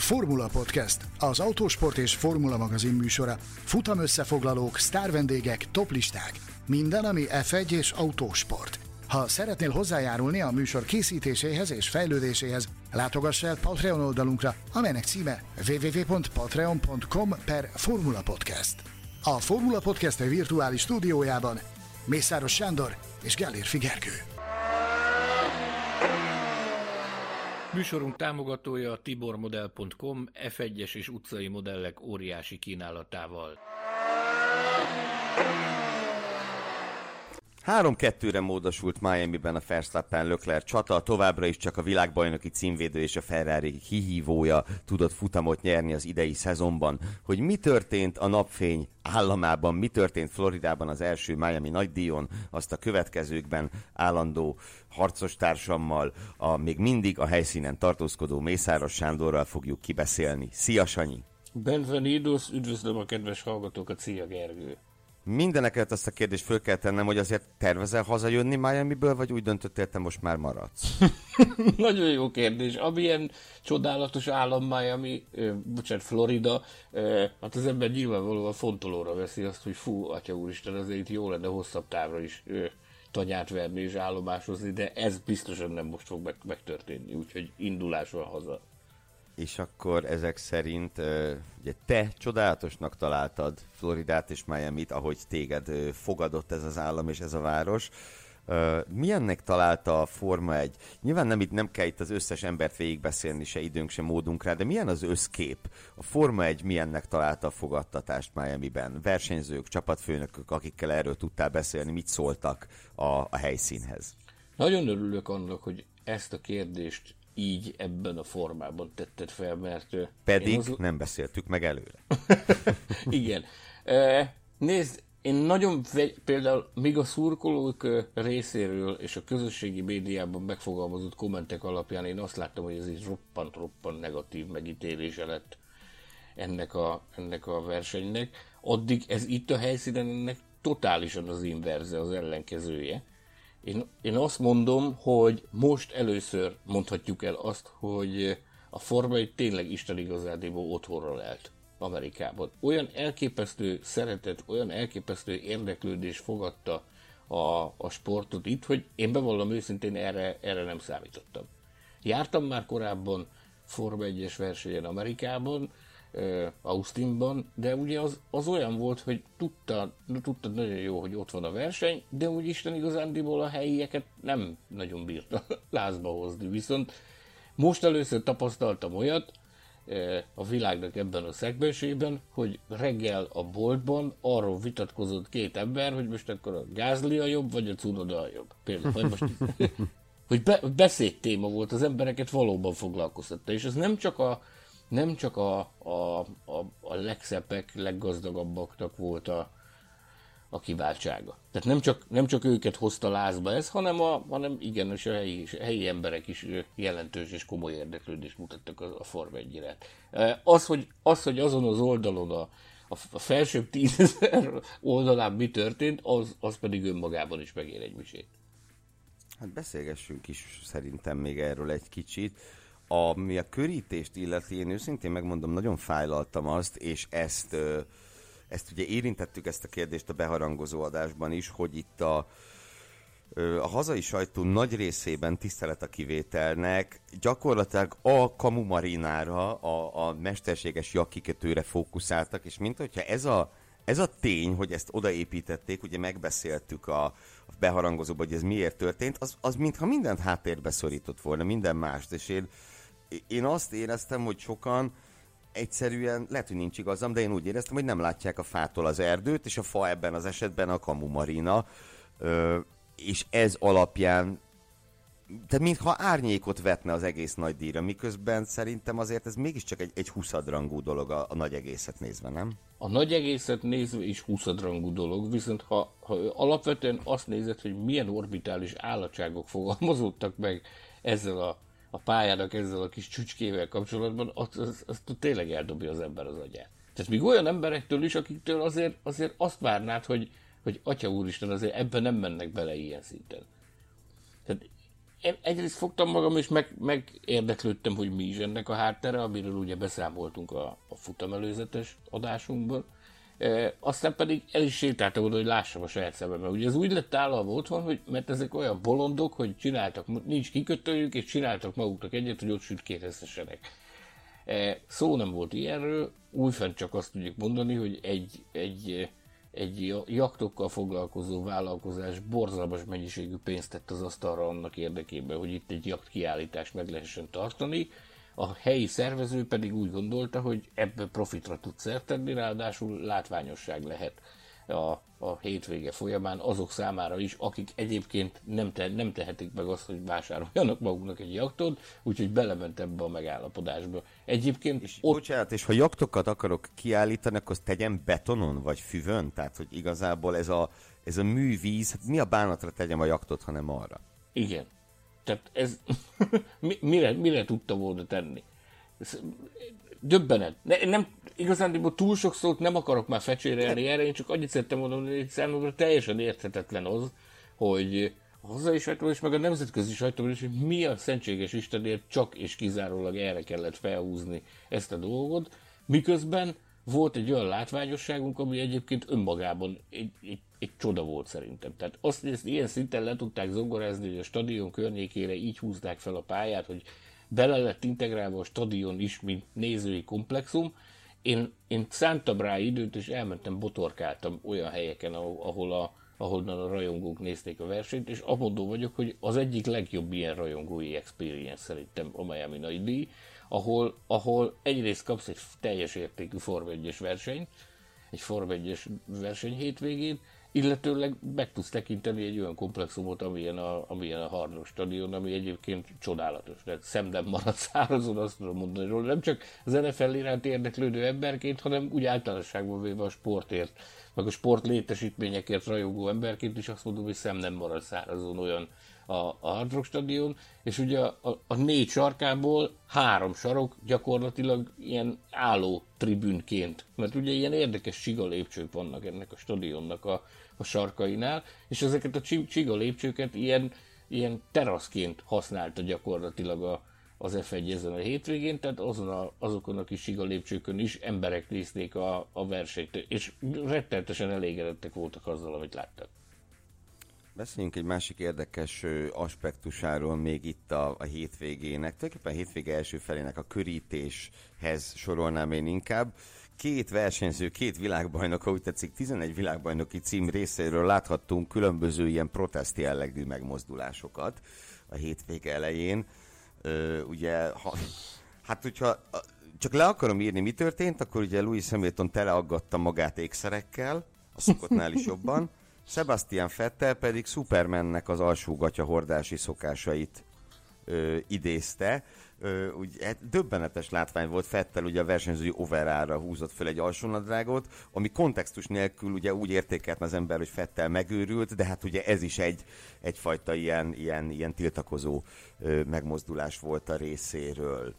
Formula Podcast, az autósport és formula magazin műsora. Futam összefoglalók, sztárvendégek, toplisták. Minden, ami F1 és autósport. Ha szeretnél hozzájárulni a műsor készítéséhez és fejlődéséhez, látogass el Patreon oldalunkra, amelynek címe www.patreon.com/Formula Podcast. A Formula Podcast virtuális stúdiójában Mészáros Sándor és Gellérfi Gergő. Műsorunk támogatója a tibormodel.com F1-es és utcai modellek óriási kínálatával. 3-2-re módosult Miamiben a Verstappen-Leclerc csata, továbbra is csak a világbajnoki címvédő és a Ferrari kihívója tudott futamot nyerni az idei szezonban. Hogy mi történt a napfény államában, mi történt Floridában az első Miami nagydíjon, azt a következőkben állandó harcostársammal, még mindig a helyszínen tartózkodó Mészáros Sándorral fogjuk kibeszélni. Szia, Sanyi! Benvenidos, üdvözlöm a kedves hallgatókat, szia Gergő! Mindenekért azt a kérdést föl kell tennem, hogy azért tervezel hazajönni Miamiből, vagy úgy döntöttél, te most már maradsz? Nagyon jó kérdés. Amilyen csodálatos állam Miami, Florida, hát az ember nyilvánvalóan fontolóra veszi azt, hogy fú, atya úristen, azért itt jó lenne hosszabb távra is tanyát verni és állomásozni, de ez biztosan nem most fog megtörténni, úgyhogy indulás van haza. És akkor ezek szerint ugye te csodálatosnak találtad Floridát és Miamit, ahogy téged fogadott ez az állam és ez a város. Milyennek találta a Forma 1? Nyilván nem kell itt az összes embert végigbeszélni, se időnk, se módunk rá, de milyen az összkép? A Forma 1 milyennek találta a fogadtatást Miamiben? Versenyzők, csapatfőnökök, akikkel erről tudtál beszélni, mit szóltak a helyszínhez? Nagyon örülök annak, hogy ezt a kérdést így ebben a formában tetted fel, mert... Pedig nem beszéltük meg előre. Igen. Nézd, én nagyon például még a szurkolók részéről és a közösségi médiában megfogalmazott kommentek alapján én azt láttam, hogy ez egy roppant negatív megítélése lett ennek a versenynek. Addig ez itt a helyszínen ennek totálisan az inverze, az ellenkezője. Én azt mondom, hogy most először mondhatjuk el azt, hogy a Forma 1 tényleg Isten igazából otthonra lelt Amerikában. Olyan elképesztő szeretet, olyan elképesztő érdeklődés fogadta a sportot itt, hogy én bevallom őszintén erre nem számítottam. Jártam már korábban Forma 1-es versenyen Amerikában, Austinban, de ugye az olyan volt, hogy tudtad nagyon jó, hogy ott van a verseny, de úgy Isten igazándiból a helyieket nem nagyon bírta lázba hozni. Viszont most először tapasztaltam olyat a világnak ebben a szegmensében, hogy reggel a boltban arról vitatkozott két ember, hogy most akkor a Gasly a jobb, vagy a Tsunoda a jobb. Például, hogy beszédtéma volt, az embereket valóban foglalkoztatta, és ez nem csak a legszebbek, leggazdagabbaknak volt a kiváltsága. Tehát nem csak őket hozta lázba ez, hanem igenis a helyi emberek is jelentős és komoly érdeklődést mutattak a Forma 1 iránt. Az, hogy azon az oldalon a felsőbb 10 000 oldalán mi történt, az pedig önmagában is megér egy misét. Hát beszélgessünk is szerintem még erről egy kicsit. Ami a körítést illeti, én őszintén megmondom, nagyon fájlaltam azt, és ezt ugye érintettük ezt a kérdést a beharangozó adásban is, hogy itt a hazai sajtó nagy részében, tisztelet a kivételnek, gyakorlatilag a Kamu Marinára, a mesterséges jakkikötőre fókuszáltak, és mint hogyha ez a tény, hogy ezt odaépítették, ugye megbeszéltük a beharangozóban, hogy ez miért történt, az mintha mindent háttérbe szorított volna, minden mást, és én azt éreztem, hogy sokan egyszerűen, lehet, hogy nincs igazam, de én úgy éreztem, hogy nem látják a fától az erdőt, és a fa ebben az esetben a Kamu Marina, és ez alapján, tehát mintha árnyékot vetne az egész nagy díjra, miközben szerintem azért ez mégiscsak egy 20-rangú dolog a nagy egészet nézve, nem? A nagy egészet nézve is 20-rangú dolog, viszont ha alapvetően azt nézed, hogy milyen orbitális állatságok fogalmazódtak meg ezzel a pályának, ezzel a kis csücskével kapcsolatban, az tényleg eldobja az ember az agyát. Tehát még olyan emberektől is, akiktől azért azt várnád, hogy atya úristen, azért ebben nem mennek bele ilyen szinten. Tehát egyrészt fogtam magam, és megérdeklődtem, hogy mi is ennek a háttere, amiről ugye beszámoltunk a futamelőzetes adásunkban. Aztán pedig el is sétáltam oda, hogy lássam a saját szememmel. Ugye ez úgy lett állalva otthon, hogy mert ezek olyan bolondok, hogy csináltak, nincs kikötőjük, és csináltak maguknak egyet, hogy ott sütkérezhessenek. Szó nem volt ilyenről, újfent csak azt tudjuk mondani, hogy egy jaktokkal foglalkozó vállalkozás borzalmas mennyiségű pénzt tett az asztalra annak érdekében, hogy itt egy jakt kiállítást meg lehessen tartani. A helyi szervező pedig úgy gondolta, hogy ebből profitra tud szert tenni, ráadásul látványosság lehet a hétvége folyamán azok számára is, akik egyébként nem tehetik meg azt, hogy vásároljanak maguknak egy jaktot, úgyhogy belement ebbe a megállapodásba. Egyébként és bocsánat, és ha jaktokat akarok kiállítani, akkor azt tegyem betonon vagy füvön? Tehát, hogy igazából ez a művíz, hát mi a bánatra tegyem a jaktot, hanem arra? Igen. Tehát ez mire tudta volna tenni? Döbbenet. Nem, igazán túl sok szót nem akarok már fecsérelni erre, én csak annyit szerettem mondani, hogy számomra teljesen érthetetlen az, hogy a hazai sajtóban is, meg a nemzetközi sajtóban is, hogy mi a szentséges Istenért csak és kizárólag erre kellett felhúzni ezt a dolgot, miközben volt egy olyan látványosságunk, ami egyébként önmagában egy csoda volt szerintem. Tehát azt, hogy ezt ilyen szinten le tudták zongorázni, hogy a stadion környékére így húzták fel a pályát, hogy bele lett integrálva a stadion is, mint nézői komplexum. Én szántam rá időt, és elmentem, botorkáltam olyan helyeken, ahonnan a rajongók nézték a versenyt, és abondó vagyok, hogy az egyik legjobb ilyen rajongói experience szerintem a Miami Nagy Díj, ahol egyrészt kapsz egy teljes értékű Forma 1-es versenyt, egy Forma 1-es verseny hétvégén, illetőleg meg tudsz tekinteni egy olyan komplexumot, amilyen a Hard Rock stadion, ami egyébként csodálatos. De szem nem marad szárazon, azt tudom mondani róla. Nem csak az NFL iránt érdeklődő emberként, hanem úgy általánosságban véve a sportért, meg a sport létesítményekért rajongó emberként is azt mondom, hogy szem nem marad szárazon olyan a Hard Rock stadion, és ugye a 4 sarkából 3 sarok gyakorlatilag ilyen álló tribünként, mert ugye ilyen érdekes csiga lépcsők vannak ennek a stadionnak a sarkainál, és ezeket a csiga lépcsőket ilyen teraszként használta gyakorlatilag az F1 ezen a hétvégén, tehát azokon a kis csiga lépcsőkön is emberek nézték a versenyt, és rettenetesen elégedettek voltak azzal, amit láttak. Beszéljünk egy másik érdekes aspektusáról még itt a hétvégének. Tulajdonképpen a hétvége első felének a körítéshez sorolnám én inkább. 2 versenyző, 2 világbajnok, ha úgy tetszik, 11 világbajnoki cím részéről láthattunk különböző ilyen protest jellegű megmozdulásokat a hétvége elején. Ugye, hogyha csak le akarom írni, mi történt, akkor ugye Lewis Hamilton teleaggatta magát ékszerekkel, a szokottnál is jobban. Sebastian Vettel pedig Supermannek az alsógatya hordási szokásait idézte. Ugye, döbbenetes látvány volt, Vettel ugye a versenyzői overára húzott fel egy alsónadrágot, ami kontextus nélkül ugye úgy értékelt az ember, hogy Vettel megőrült, de hát ugye ez is egyfajta ilyen tiltakozó megmozdulás volt a részéről.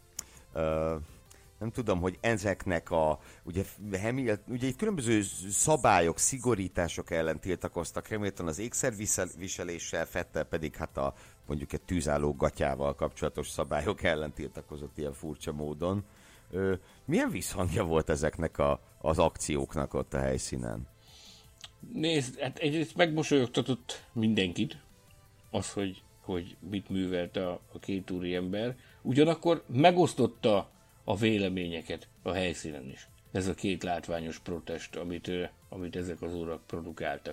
Nem tudom, hogy ezeknek ugye itt különböző szabályok, szigorítások ellen tiltakoztak. Hamilton az ékszerviseléssel, Vettel pedig hát mondjuk egy tűzálló gatyával kapcsolatos szabályok ellen tiltakozott ilyen furcsa módon. Milyen visszhangja volt ezeknek az akcióknak ott a helyszínen? Nézd, hát egyrészt megmosolyogtatott mindenkit az, hogy mit művelt a két úriember. Ugyanakkor megosztotta a véleményeket a helyszínen is. Ez a 2 látványos protest, amit ezek az urak produkáltak.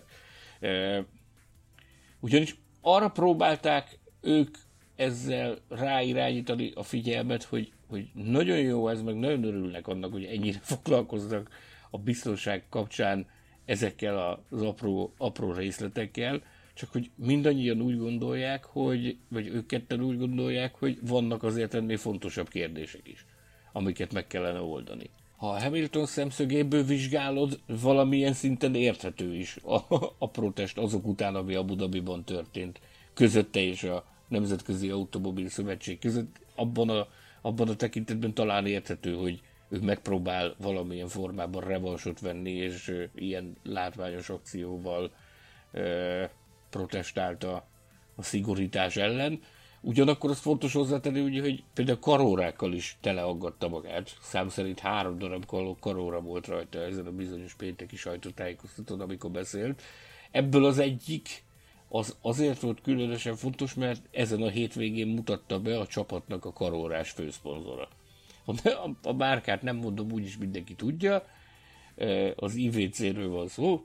Ugyanis arra próbálták ők ezzel ráirányítani a figyelmet, hogy nagyon jó ez, meg nagyon örülnek annak, hogy ennyire foglalkoznak a biztonság kapcsán ezekkel az apró részletekkel, csak hogy mindannyian úgy gondolják, vagy ők ketten úgy gondolják, hogy vannak azért ennél fontosabb kérdések is, amiket meg kellene oldani. Ha a Hamilton szemszögéből vizsgálod, valamilyen szinten érthető is a protest azok után, ami Abu Dhabiban történt, közötte és a Nemzetközi Automobil Szövetség között. Abban a tekintetben talán érthető, hogy ő megpróbál valamilyen formában revansot venni, és ilyen látványos akcióval protestált a szigorítás ellen. Ugyanakkor az fontos hozzátenni, ugye, hogy például karórákkal is teleaggatta magát. Szám szerint 3 darab karóra volt rajta ezen a bizonyos pénteki sajtótájékoztatón, amikor beszélt. Ebből az egyik azért volt különösen fontos, mert ezen a hétvégén mutatta be a csapatnak a karórás főszponzora. A márkát nem mondom, úgyis mindenki tudja, az IVC-ről van szó.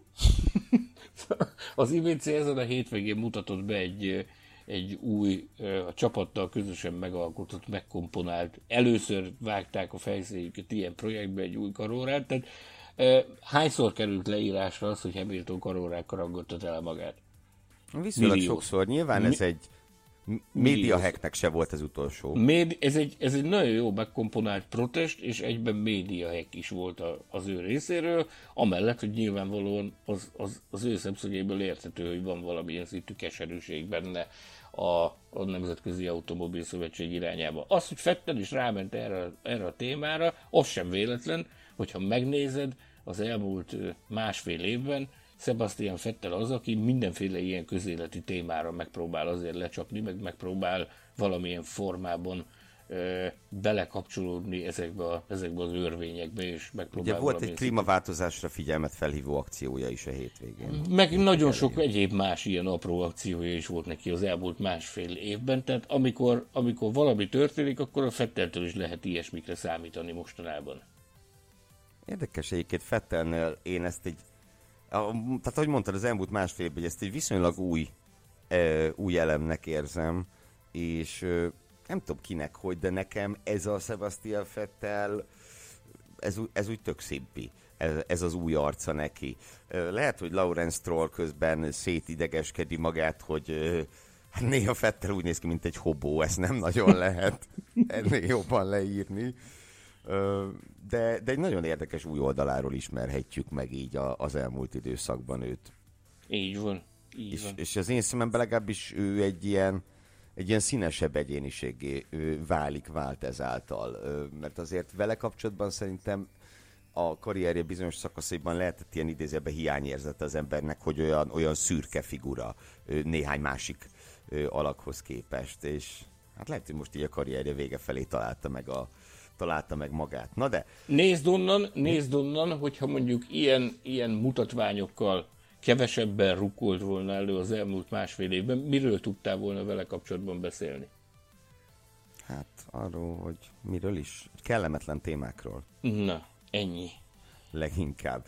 Az IVC ezen a hétvégén mutatott be egy új, a csapattal közösen megalkotott, megkomponált, először vágták a fejszéjüket ilyen projektbe egy új karórát, tehát hányszor került leírásra az, hogy Hamilton karórákkal raggatta el magát? Viszonylag sokszor. Nyilván ez egy média hacknek se volt az utolsó. Ez egy nagyon jó megkomponált protest, és egyben média hack is volt az ő részéről, amellett, hogy nyilvánvalóan az ő szemszögéből érthető, hogy van valamilyen szintű keserűség benne a Nemzetközi Automobil Szövetség irányába. Az, hogy Vettel is ráment erre a témára, az sem véletlen, hogyha megnézed az elmúlt másfél évben, Sebastian Vettel az, aki mindenféle ilyen közéleti témára megpróbál azért lecsapni, meg megpróbál valamilyen formában belekapcsolódni ezekbe az örvényekbe, és megpróbál. Ugye volt egy klímaváltozásra figyelmet felhívó akciója is a hétvégén. Meg nagyon sok egyéb más ilyen apró akciója is volt neki az elmúlt másfél évben, tehát amikor valami történik, akkor a Vetteltől is lehet ilyesmikre számítani mostanában. Érdekes egyébként Vettelnél én ezt tehát ahogy mondtad, az elmúlt másfél évben, ezt egy viszonylag új elemnek érzem, és nem tudom kinek hogy, de nekem ez a Sebastian Vettel, ez úgy tök szimpi. Ez az új arca neki. Lehet, hogy Lawrence Stroll közben szétidegeskedi magát, hogy hát néha Vettel úgy néz ki, mint egy hobó, ezt nem nagyon lehet ennél jobban leírni. De egy nagyon érdekes új oldaláról ismerhetjük meg így az elmúlt időszakban őt. Így van. És az én szememben legalábbis ő egy ilyen színesebb egyéniségé vált ezáltal. Mert azért vele kapcsolatban szerintem a karrierje bizonyos szakaszaiban lehetett ilyen idézőben hiányérzete az embernek, hogy olyan szürke figura néhány másik alakhoz képest. És hát lehet, hogy most így a karrierje vége felé találta meg magát. Na de... Nézd onnan, hogyha mondjuk ilyen mutatványokkal kevesebben rukkolt volna elő az elmúlt másfél évben, miről tudtál volna vele kapcsolatban beszélni? Hát arról, hogy miről is? Kellemetlen témákról. Na, ennyi. Leginkább.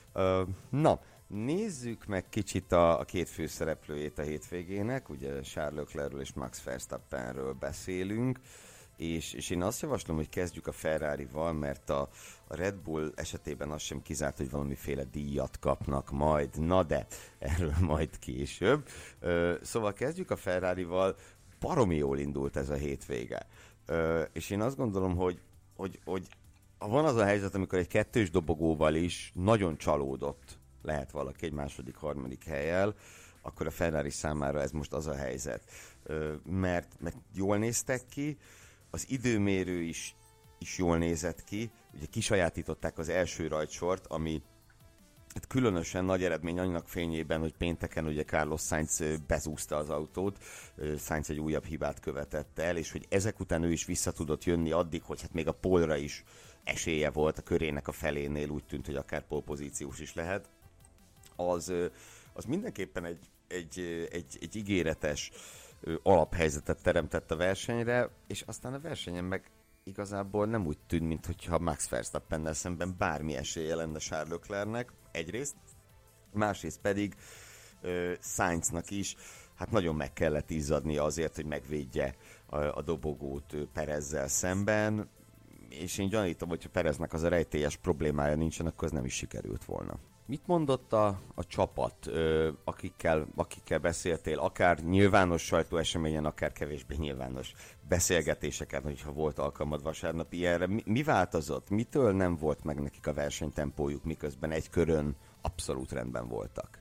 Na, nézzük meg kicsit a két főszereplőjét a hétvégének. Ugye Charles Leclercről és Max Verstappenről beszélünk. És én azt javaslom, hogy kezdjük a Ferrarival, mert a Red Bull esetében az sem kizárt, hogy valamiféle díjat kapnak majd. Na de, erről majd később. Szóval kezdjük a Ferrarival. Baromi jól indult ez a hétvége. És én azt gondolom, hogy van az a helyzet, amikor egy kettős dobogóval is nagyon csalódott lehet valaki egy második, harmadik hellyel, akkor a Ferrari számára ez most az a helyzet. Mert jól néztek ki, az időmérő is jól nézett ki, ugye kisajátították az első rajtsort, ami hát különösen nagy eredmény annak fényében, hogy pénteken ugye Carlos Sainz bezúzta az autót, Sainz egy újabb hibát követett el, és hogy ezek után ő is vissza tudott jönni addig, hogy hát még a pole-ra is esélye volt, a körének a felénél úgy tűnt, hogy akár pole pozíciós is lehet, az mindenképpen egy ígéretes alaphelyzetet teremtett a versenyre, és aztán a versenyen meg igazából nem úgy tűnt, mintha Max Verstappennel szemben bármi esélye lenne Charles Leclercnek, egyrészt, másrészt pedig Sainznak is hát nagyon meg kellett izzadnia azért, hogy megvédje a dobogót Perezzel szemben, és én gyanítom, hogyha Pereznek az a rejtélyes problémája nincsen, akkor ez nem is sikerült volna. Mit mondott a csapat, akikkel beszéltél, akár nyilvános sajtóeseményen, akár kevésbé nyilvános beszélgetéseken, hogyha volt alkalmad vasárnap ilyenre? Mi változott? Mitől nem volt meg nekik a versenytempójuk, miközben egy körön abszolút rendben voltak?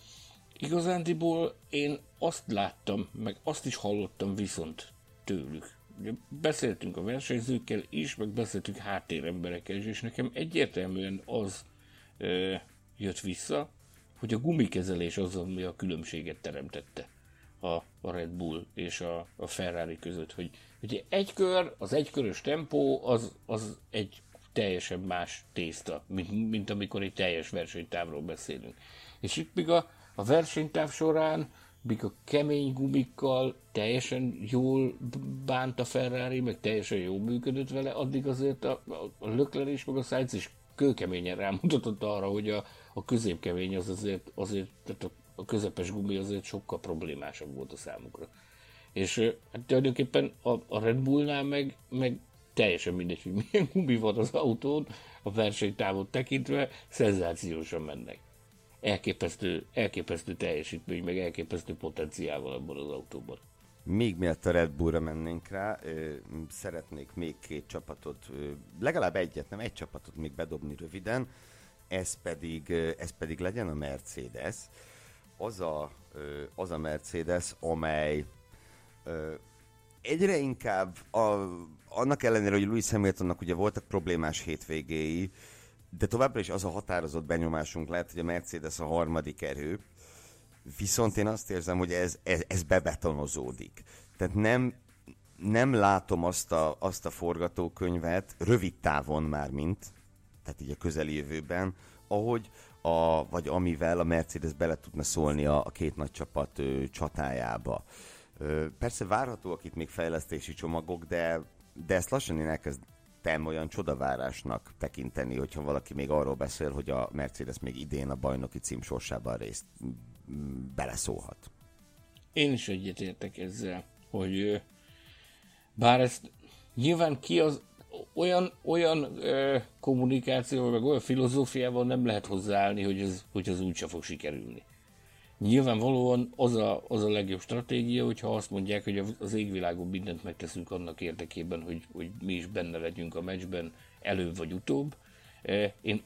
Igazándiból én azt láttam, meg azt is hallottam viszont tőlük. Beszéltünk a versenyzőkkel is, meg beszéltünk háttéremberekkel is, és nekem egyértelműen az jött vissza, hogy a gumikezelés az, ami a különbséget teremtette. a Red Bull és a Ferrari között, hogy ugye az egykörös tempó az egy teljesen más tészta, mint amikor egy teljes versenytávról beszélünk. És itt még a versenytáv során, míg a kemény gumikkal teljesen jól bánt a Ferrari, meg teljesen jól működött vele, addig azért a Leclerc is, meg a Sainz is kőkeményen rámutatott arra, hogy a középkemény az azért tehát a közepes gumi azért sokkal problémásabb volt a számukra. És hát tulajdonképpen a Red Bullnál meg teljesen mindegy, hogy milyen gumi van az autón, a versenytávot tekintve szenzációsan mennek. Elképesztő teljesítmény, meg elképesztő potenciál abban az autóban. Még mielőtt a Red Bullra mennénk rá, szeretnék még két csapatot, legalább egy csapatot még bedobni röviden, ez pedig legyen a Mercedes. Az a Mercedes, amely egyre inkább, annak ellenére, hogy Lewis Hamiltonnak ugye voltak problémás hétvégéi, de továbbra is az a határozott benyomásunk lehet, hogy a Mercedes a harmadik erő, viszont én azt érzem, hogy ez bebetonozódik. Tehát nem látom azt a forgatókönyvet, rövid távon már tehát így a közeli jövőben, vagy amivel a Mercedes bele tudna szólni a két nagy csapat csatájába. Persze várhatóak itt még fejlesztési csomagok, de ezt lassan én elkezdtem olyan csodavárásnak tekinteni, hogyha valaki még arról beszél, hogy a Mercedes még idén a bajnoki cím sorsában részt beleszólhat. Én is egyetértek ezzel, hogy bár ezt nyilván olyan kommunikációval, meg olyan filozófiával nem lehet hozzáállni, hogy az úgyse fog sikerülni. Nyilvánvalóan az a legjobb stratégia, hogyha azt mondják, hogy az égvilágon mindent megteszünk annak érdekében, hogy mi is benne legyünk a meccsben előbb vagy utóbb. Én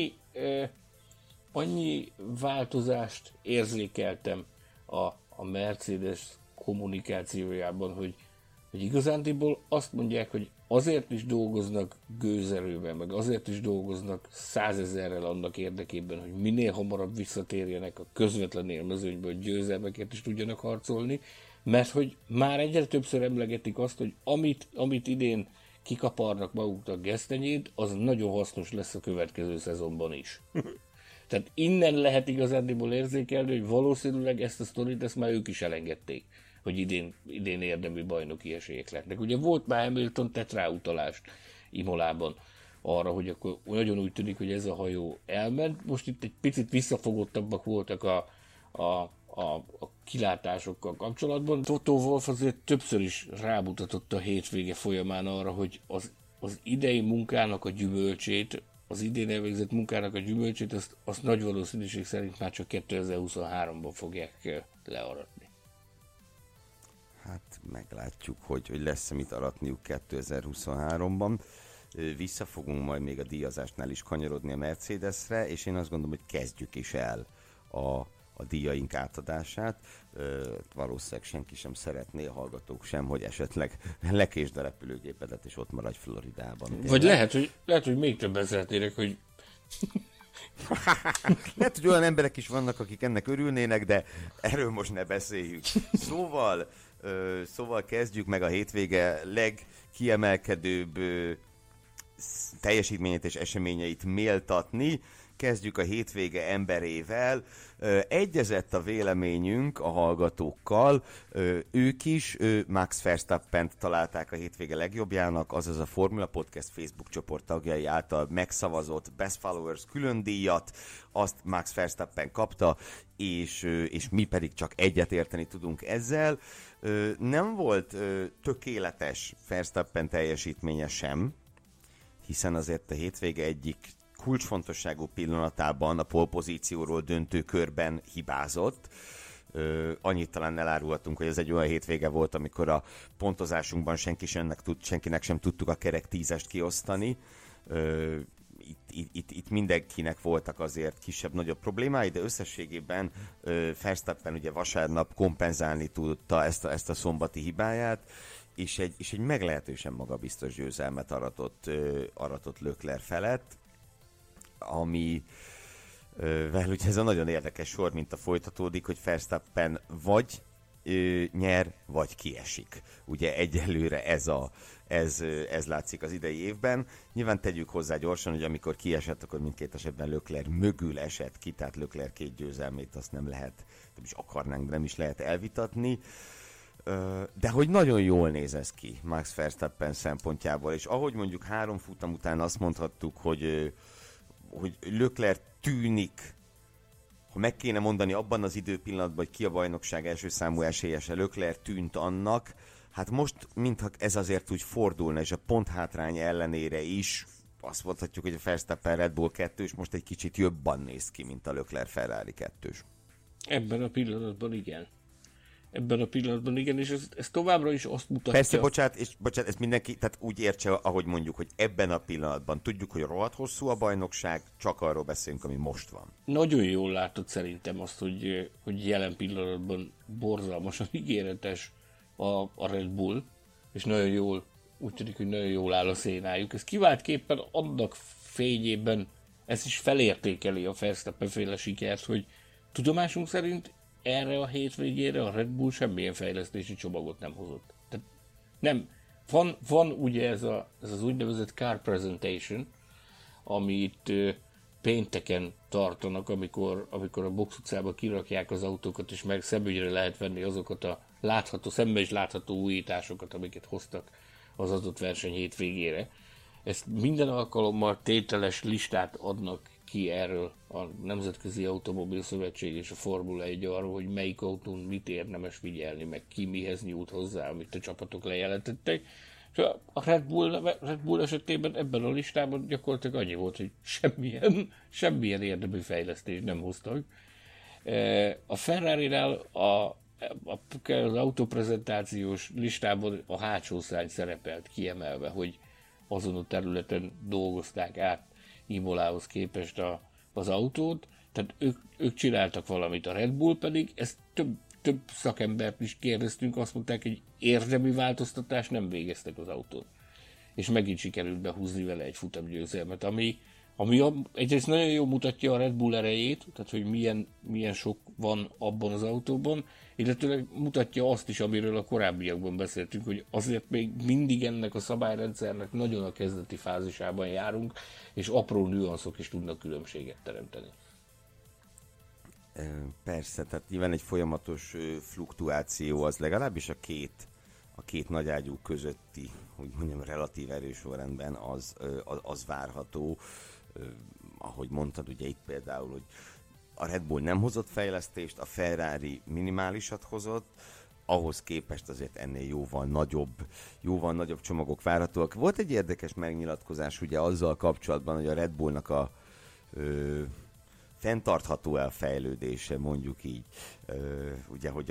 annyi változást érzékeltem a Mercedes kommunikációjában, hogy igazándiból azt mondják, hogy azért is dolgoznak gőzerővel, meg azért is dolgoznak 100 000-rel annak érdekében, hogy minél hamarabb visszatérjenek a közvetlen élmezőnybe, hogy győzelmeket is tudjanak harcolni, mert hogy már egyre többször emlegetik azt, hogy amit idén kikaparnak maguknak gesztenyét, az nagyon hasznos lesz a következő szezonban is. Tehát innen lehet igazándiból érzékelni, hogy valószínűleg ezt a sztorit ezt már ők is elengedték, hogy idén érdemű bajnoki esélyek lehetnek. Ugye volt már Hamilton tett rá utalást Imolában arra, hogy akkor nagyon úgy tűnik, hogy ez a hajó elment. Most itt egy picit visszafogottabbak voltak a kilátásokkal kapcsolatban. Toto Wolff azért többször is rámutatott a hétvége folyamán arra, hogy az idei munkának a gyümölcsét, az idén elvégzett munkának a gyümölcsét, azt nagy valószínűség szerint már csak 2023-ban fogják learatni. Hát meglátjuk, hogy lesz-e mit aratniuk 2023-ban. Vissza fogunk majd még a díjazásnál is kanyarodni a Mercedesre, és én azt gondolom, hogy kezdjük is el a díjaink átadását. Valószínűleg senki sem szeretné, a hallgatók sem, hogy esetleg lekésd a repülőgépedet, és ott maradj Floridában. Vagy lehet, hogy még többen szeretnének, hogy... Lehet, hogy olyan emberek is vannak, akik ennek örülnének, de erről most ne beszéljük. Szóval kezdjük meg a hétvége legkiemelkedőbb teljesítményét és eseményeit méltatni. Kezdjük a hétvége emberével. Egyezett a véleményünk a hallgatókkal, ők is Max Verstappent találták a hétvége legjobbjának, azaz a Formula Podcast Facebook csoport tagjai által megszavazott Best Followers külön díjat, azt Max Verstappen kapta, és mi pedig csak egyet érteni tudunk ezzel. Nem volt tökéletes Verstappen teljesítménye sem, hiszen azért a hétvége egyik kulcsfontosságú pillanatában a pole-pozícióról döntő körben hibázott. Annyit talán elárulhatunk, hogy ez egy olyan hétvége volt, amikor a pontozásunkban senkinek sem tudtuk a kerek 10-est kiosztani. Itt mindenkinek voltak azért kisebb-nagyobb problémái, de összességében Verstappen ugye vasárnap kompenzálni tudta ezt a szombati hibáját, és egy meglehetősen magabiztos győzelmet aratott Leclerc felett, amivel ugye ez a nagyon érdekes sor, mint a folytatódik, hogy Verstappen vagy nyer, vagy kiesik. Ugye egyelőre ez látszik az idei évben. Nyilván tegyük hozzá gyorsan, hogy amikor kiesett, akkor mindkét esetben Leclerc mögül esett ki, tehát Leclerc 2 győzelmét azt nem lehet, nem is akarnánk, nem is lehet elvitatni. De hogy nagyon jól néz ez ki Max Verstappen szempontjából, és ahogy mondjuk 3 futam után azt mondhattuk, hogy Leclerc tűnik, ha meg kéne mondani abban az időpillanatban, hogy ki a bajnokság első számú esélyese, Leclerc tűnt annak, hát most mintha ez azért úgy fordulna, és a ponthátrány ellenére is azt mondhatjuk, hogy a Verstappen Red Bull 2-s most egy kicsit jobban néz ki, mint a Leclerc Ferrari 2-s. Ebben a pillanatban igen, és ez továbbra is azt mutatja... Persze, bocsánat, ezt mindenki, tehát úgy értse, ahogy mondjuk, hogy ebben a pillanatban tudjuk, hogy rohadt hosszú a bajnokság, csak arról beszélünk, ami most van. Nagyon jól látod szerintem azt, hogy jelen pillanatban borzalmasan ígéretes a Red Bull, és nagyon jól, úgy tűnik, hogy nagyon jól áll a szénájuk. Ez kiváltképpen annak fényében ez is felértékeli a Verstappen-féle sikert, hogy tudomásunk szerint erre a hétvégére a Red Bull semmilyen fejlesztési csomagot nem hozott. Tehát nem. Van ugye ez az úgynevezett car presentation, amit pénteken tartanak, amikor a box utcába kirakják az autókat, és meg szemügyre lehet venni azokat a szembe is látható újításokat, amiket hoztak az adott verseny hétvégére. Ezt minden alkalommal tételes listát adnak ki erről a Nemzetközi Automobil Szövetség és a Formula 1 arról, hogy melyik autón mit érdemes figyelni, meg ki mihez nyújt hozzá, amit a csapatok lejelentettek. És a Red Bull esetében ebben a listában gyakorlatilag annyi volt, hogy semmilyen érdemi fejlesztést nem hoztak. A Ferrari-nál az autoprezentációs listában a hátsó szárny szerepelt kiemelve, hogy azon a területen dolgozták át Imolához képest az autót, tehát ők csináltak valamit, a Red Bull pedig, ezt több szakembert is kérdeztünk, azt mondták, hogy érdemi változtatást nem végeztek az autón. És megint sikerült behúzni vele egy futamgyőzelmet, ami egyrészt nagyon jól mutatja a Red Bull erejét, tehát hogy milyen sok van abban az autóban, illetőleg mutatja azt is, amiről a korábbiakban beszéltünk, hogy azért még mindig ennek a szabályrendszernek nagyon a kezdeti fázisában járunk, és apró nüanszok is tudnak különbséget teremteni. Persze, tehát nyilván egy folyamatos fluktuáció az legalábbis a két nagyágyú közötti, hogy mondjam, relatív erősorrendben az várható. Ahogy mondtad, ugye itt például, hogy a Red Bull nem hozott fejlesztést, a Ferrari minimálisat hozott, ahhoz képest azért ennél jóval nagyobb csomagok várhatóak. Volt egy érdekes megnyilatkozás ugye azzal kapcsolatban, hogy a Red Bullnak a fenntartható elfejlődése, mondjuk így, ugye, hogy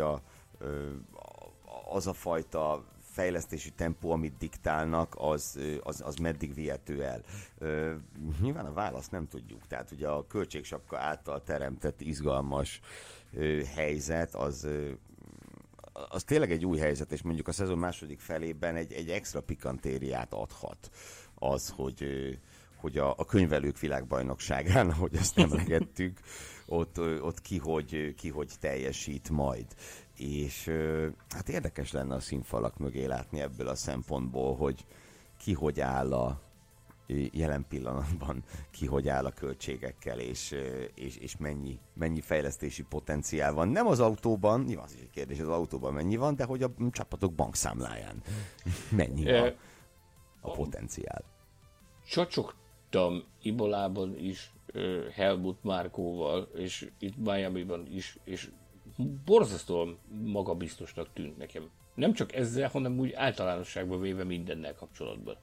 az a fajta fejlesztési tempó, amit diktálnak, az meddig vihető el. Nyilván a választ nem tudjuk. Tehát ugye a költségsapka által teremtett izgalmas helyzet, az tényleg egy új helyzet, és mondjuk a szezon második felében egy extra pikantériát adhat az, hogy a könyvelők világbajnokságán, ahogy ezt emlegettük, ott ki hogy teljesít majd. És hát érdekes lenne a színfalak mögé látni ebből a szempontból, hogy ki hogy áll a jelen pillanatban, ki hogy áll a költségekkel, és mennyi fejlesztési potenciál van. Nem az autóban, nyilván az is egy kérdés, az autóban mennyi van, de hogy a csapatok bankszámláján mennyi van a potenciál. Csacsogtam Ibolában is Helmut Markóval, és itt Miamiban is, és borzasztóan magabiztosnak tűnt nekem. Nem csak ezzel, hanem úgy általánosságban véve mindennel kapcsolatban.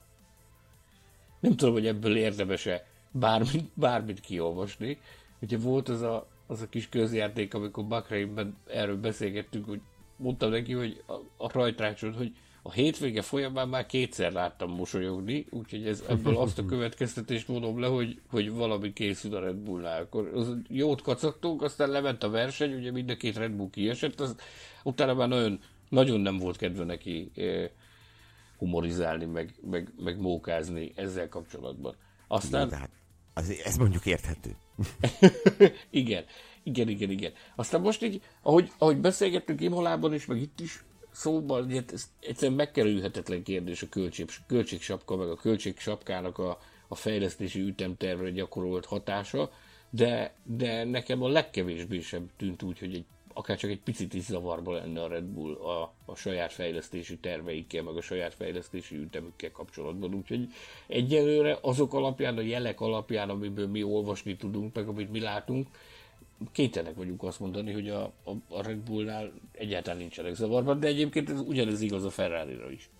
Nem tudom, hogy ebből érdemes-e bármit kiolvasni. Ugye volt az a kis közjáték, amikor Bakreinben erről beszélgettünk, hogy mondtam neki, hogy a rajtrácsot, hogy a hétvége folyamán már 2-szer láttam mosolyogni, úgyhogy ebből azt a következtetést vonom le, hogy valami készül a Red Bullnál. Akkor jót kacagtunk, aztán lement a verseny, ugye mind a két Red Bull kiesett, utána már nagyon nem volt kedve neki humorizálni, meg mókázni ezzel kapcsolatban. Aztán... Ja, hát ez mondjuk érthető. Igen. Igen. Aztán most így, ahogy beszélgettünk Imolában is, meg itt is szóval, ugye ez egyszerűen megkerülhetetlen kérdés a költségsapka, meg a költségsapkának a fejlesztési ütemtervre gyakorolt hatása, de nekem a legkevésbé sem tűnt úgy, hogy akár csak egy picit is zavarba lenne a Red Bull a saját fejlesztési terveikkel, meg a saját fejlesztési ütemükkel kapcsolatban. Úgyhogy egyelőre azok alapján, a jelek alapján, amiből mi olvasni tudunk, meg amit mi látunk, kénytelenek vagyunk azt mondani, hogy a Red Bullnál egyáltalán nincsenek zavarban, de egyébként ez ugyanez igaz a Ferrarira is.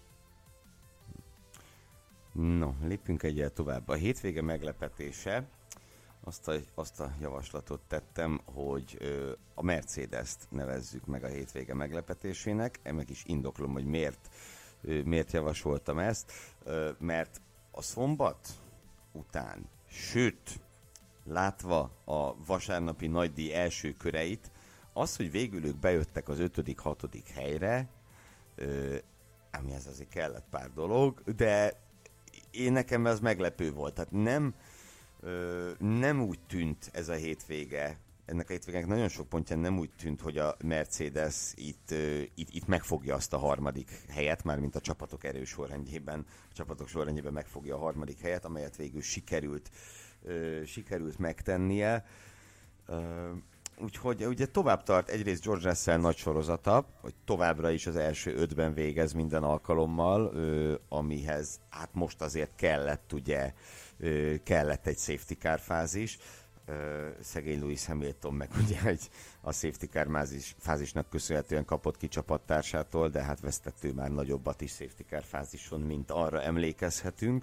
No, lépjünk egyel tovább. A hétvége meglepetése, azt a javaslatot tettem, hogy a Mercedes-t nevezzük meg a hétvége meglepetésének. Meg is indoklom, hogy miért javasoltam ezt, mert a szombat után, sőt, látva a vasárnapi nagydíj első köreit, az, hogy végül ők bejöttek az 5.-6. helyre, amihez azért kellett pár dolog, de nekem ez meglepő volt. Tehát nem úgy tűnt ez a hétvége, ennek a hétvégének nagyon sok pontján nem úgy tűnt, hogy a Mercedes itt megfogja azt a harmadik helyet, mármint a csapatok sorrendjében megfogja a harmadik helyet, amelyet végül sikerült megtennie. Úgyhogy ugye tovább tart egyrészt George Russell nagy sorozata, hogy továbbra is az első 5-ben végez minden alkalommal, amihez hát most azért kellett egy safety car fázis. Szegény Lewis Hamilton meg ugye a safety car fázisnak köszönhetően kapott ki csapattársától, de hát vesztett ő már nagyobbat is safety car fázison, mint arra emlékezhetünk.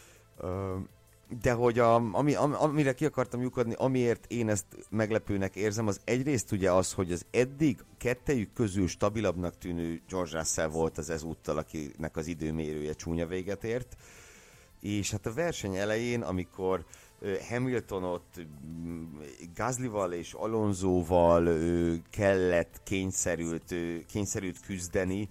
De hogy amire ki akartam lyukadni, amiért én ezt meglepőnek érzem, az egyrészt ugye az, hogy az eddig kettejük közül stabilabbnak tűnő George Russell volt az ezúttal, akinek az időmérője csúnya véget ért, és hát a verseny elején, amikor Hamiltonot Gaslyval és Alonsóval kényszerült küzdeni,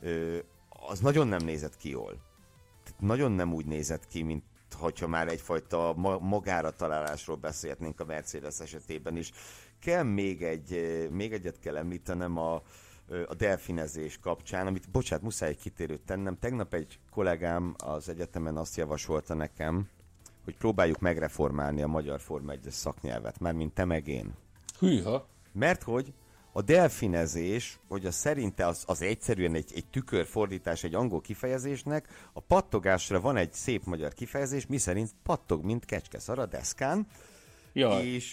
az nagyon nem nézett ki jól. Tehát nagyon nem úgy nézett ki, mint hogyha már egyfajta magára találásról beszélhetnénk a Mercedes esetében is. Még egyet kell említenem a delfinezés kapcsán, amit, bocsánat, muszáj egy kitérőt tennem. Tegnap egy kollégám az egyetemen azt javasolta nekem, hogy próbáljuk megreformálni a magyar Forma 1-es szaknyelvet, mármint te meg én. Hűha! Mert hogy a delfinezés, hogy szerinte az egyszerűen egy tükörfordítás egy angol kifejezésnek, a pattogásra van egy szép magyar kifejezés, miszerint pattog, mint kecskeszar a deszkán, Jaj. És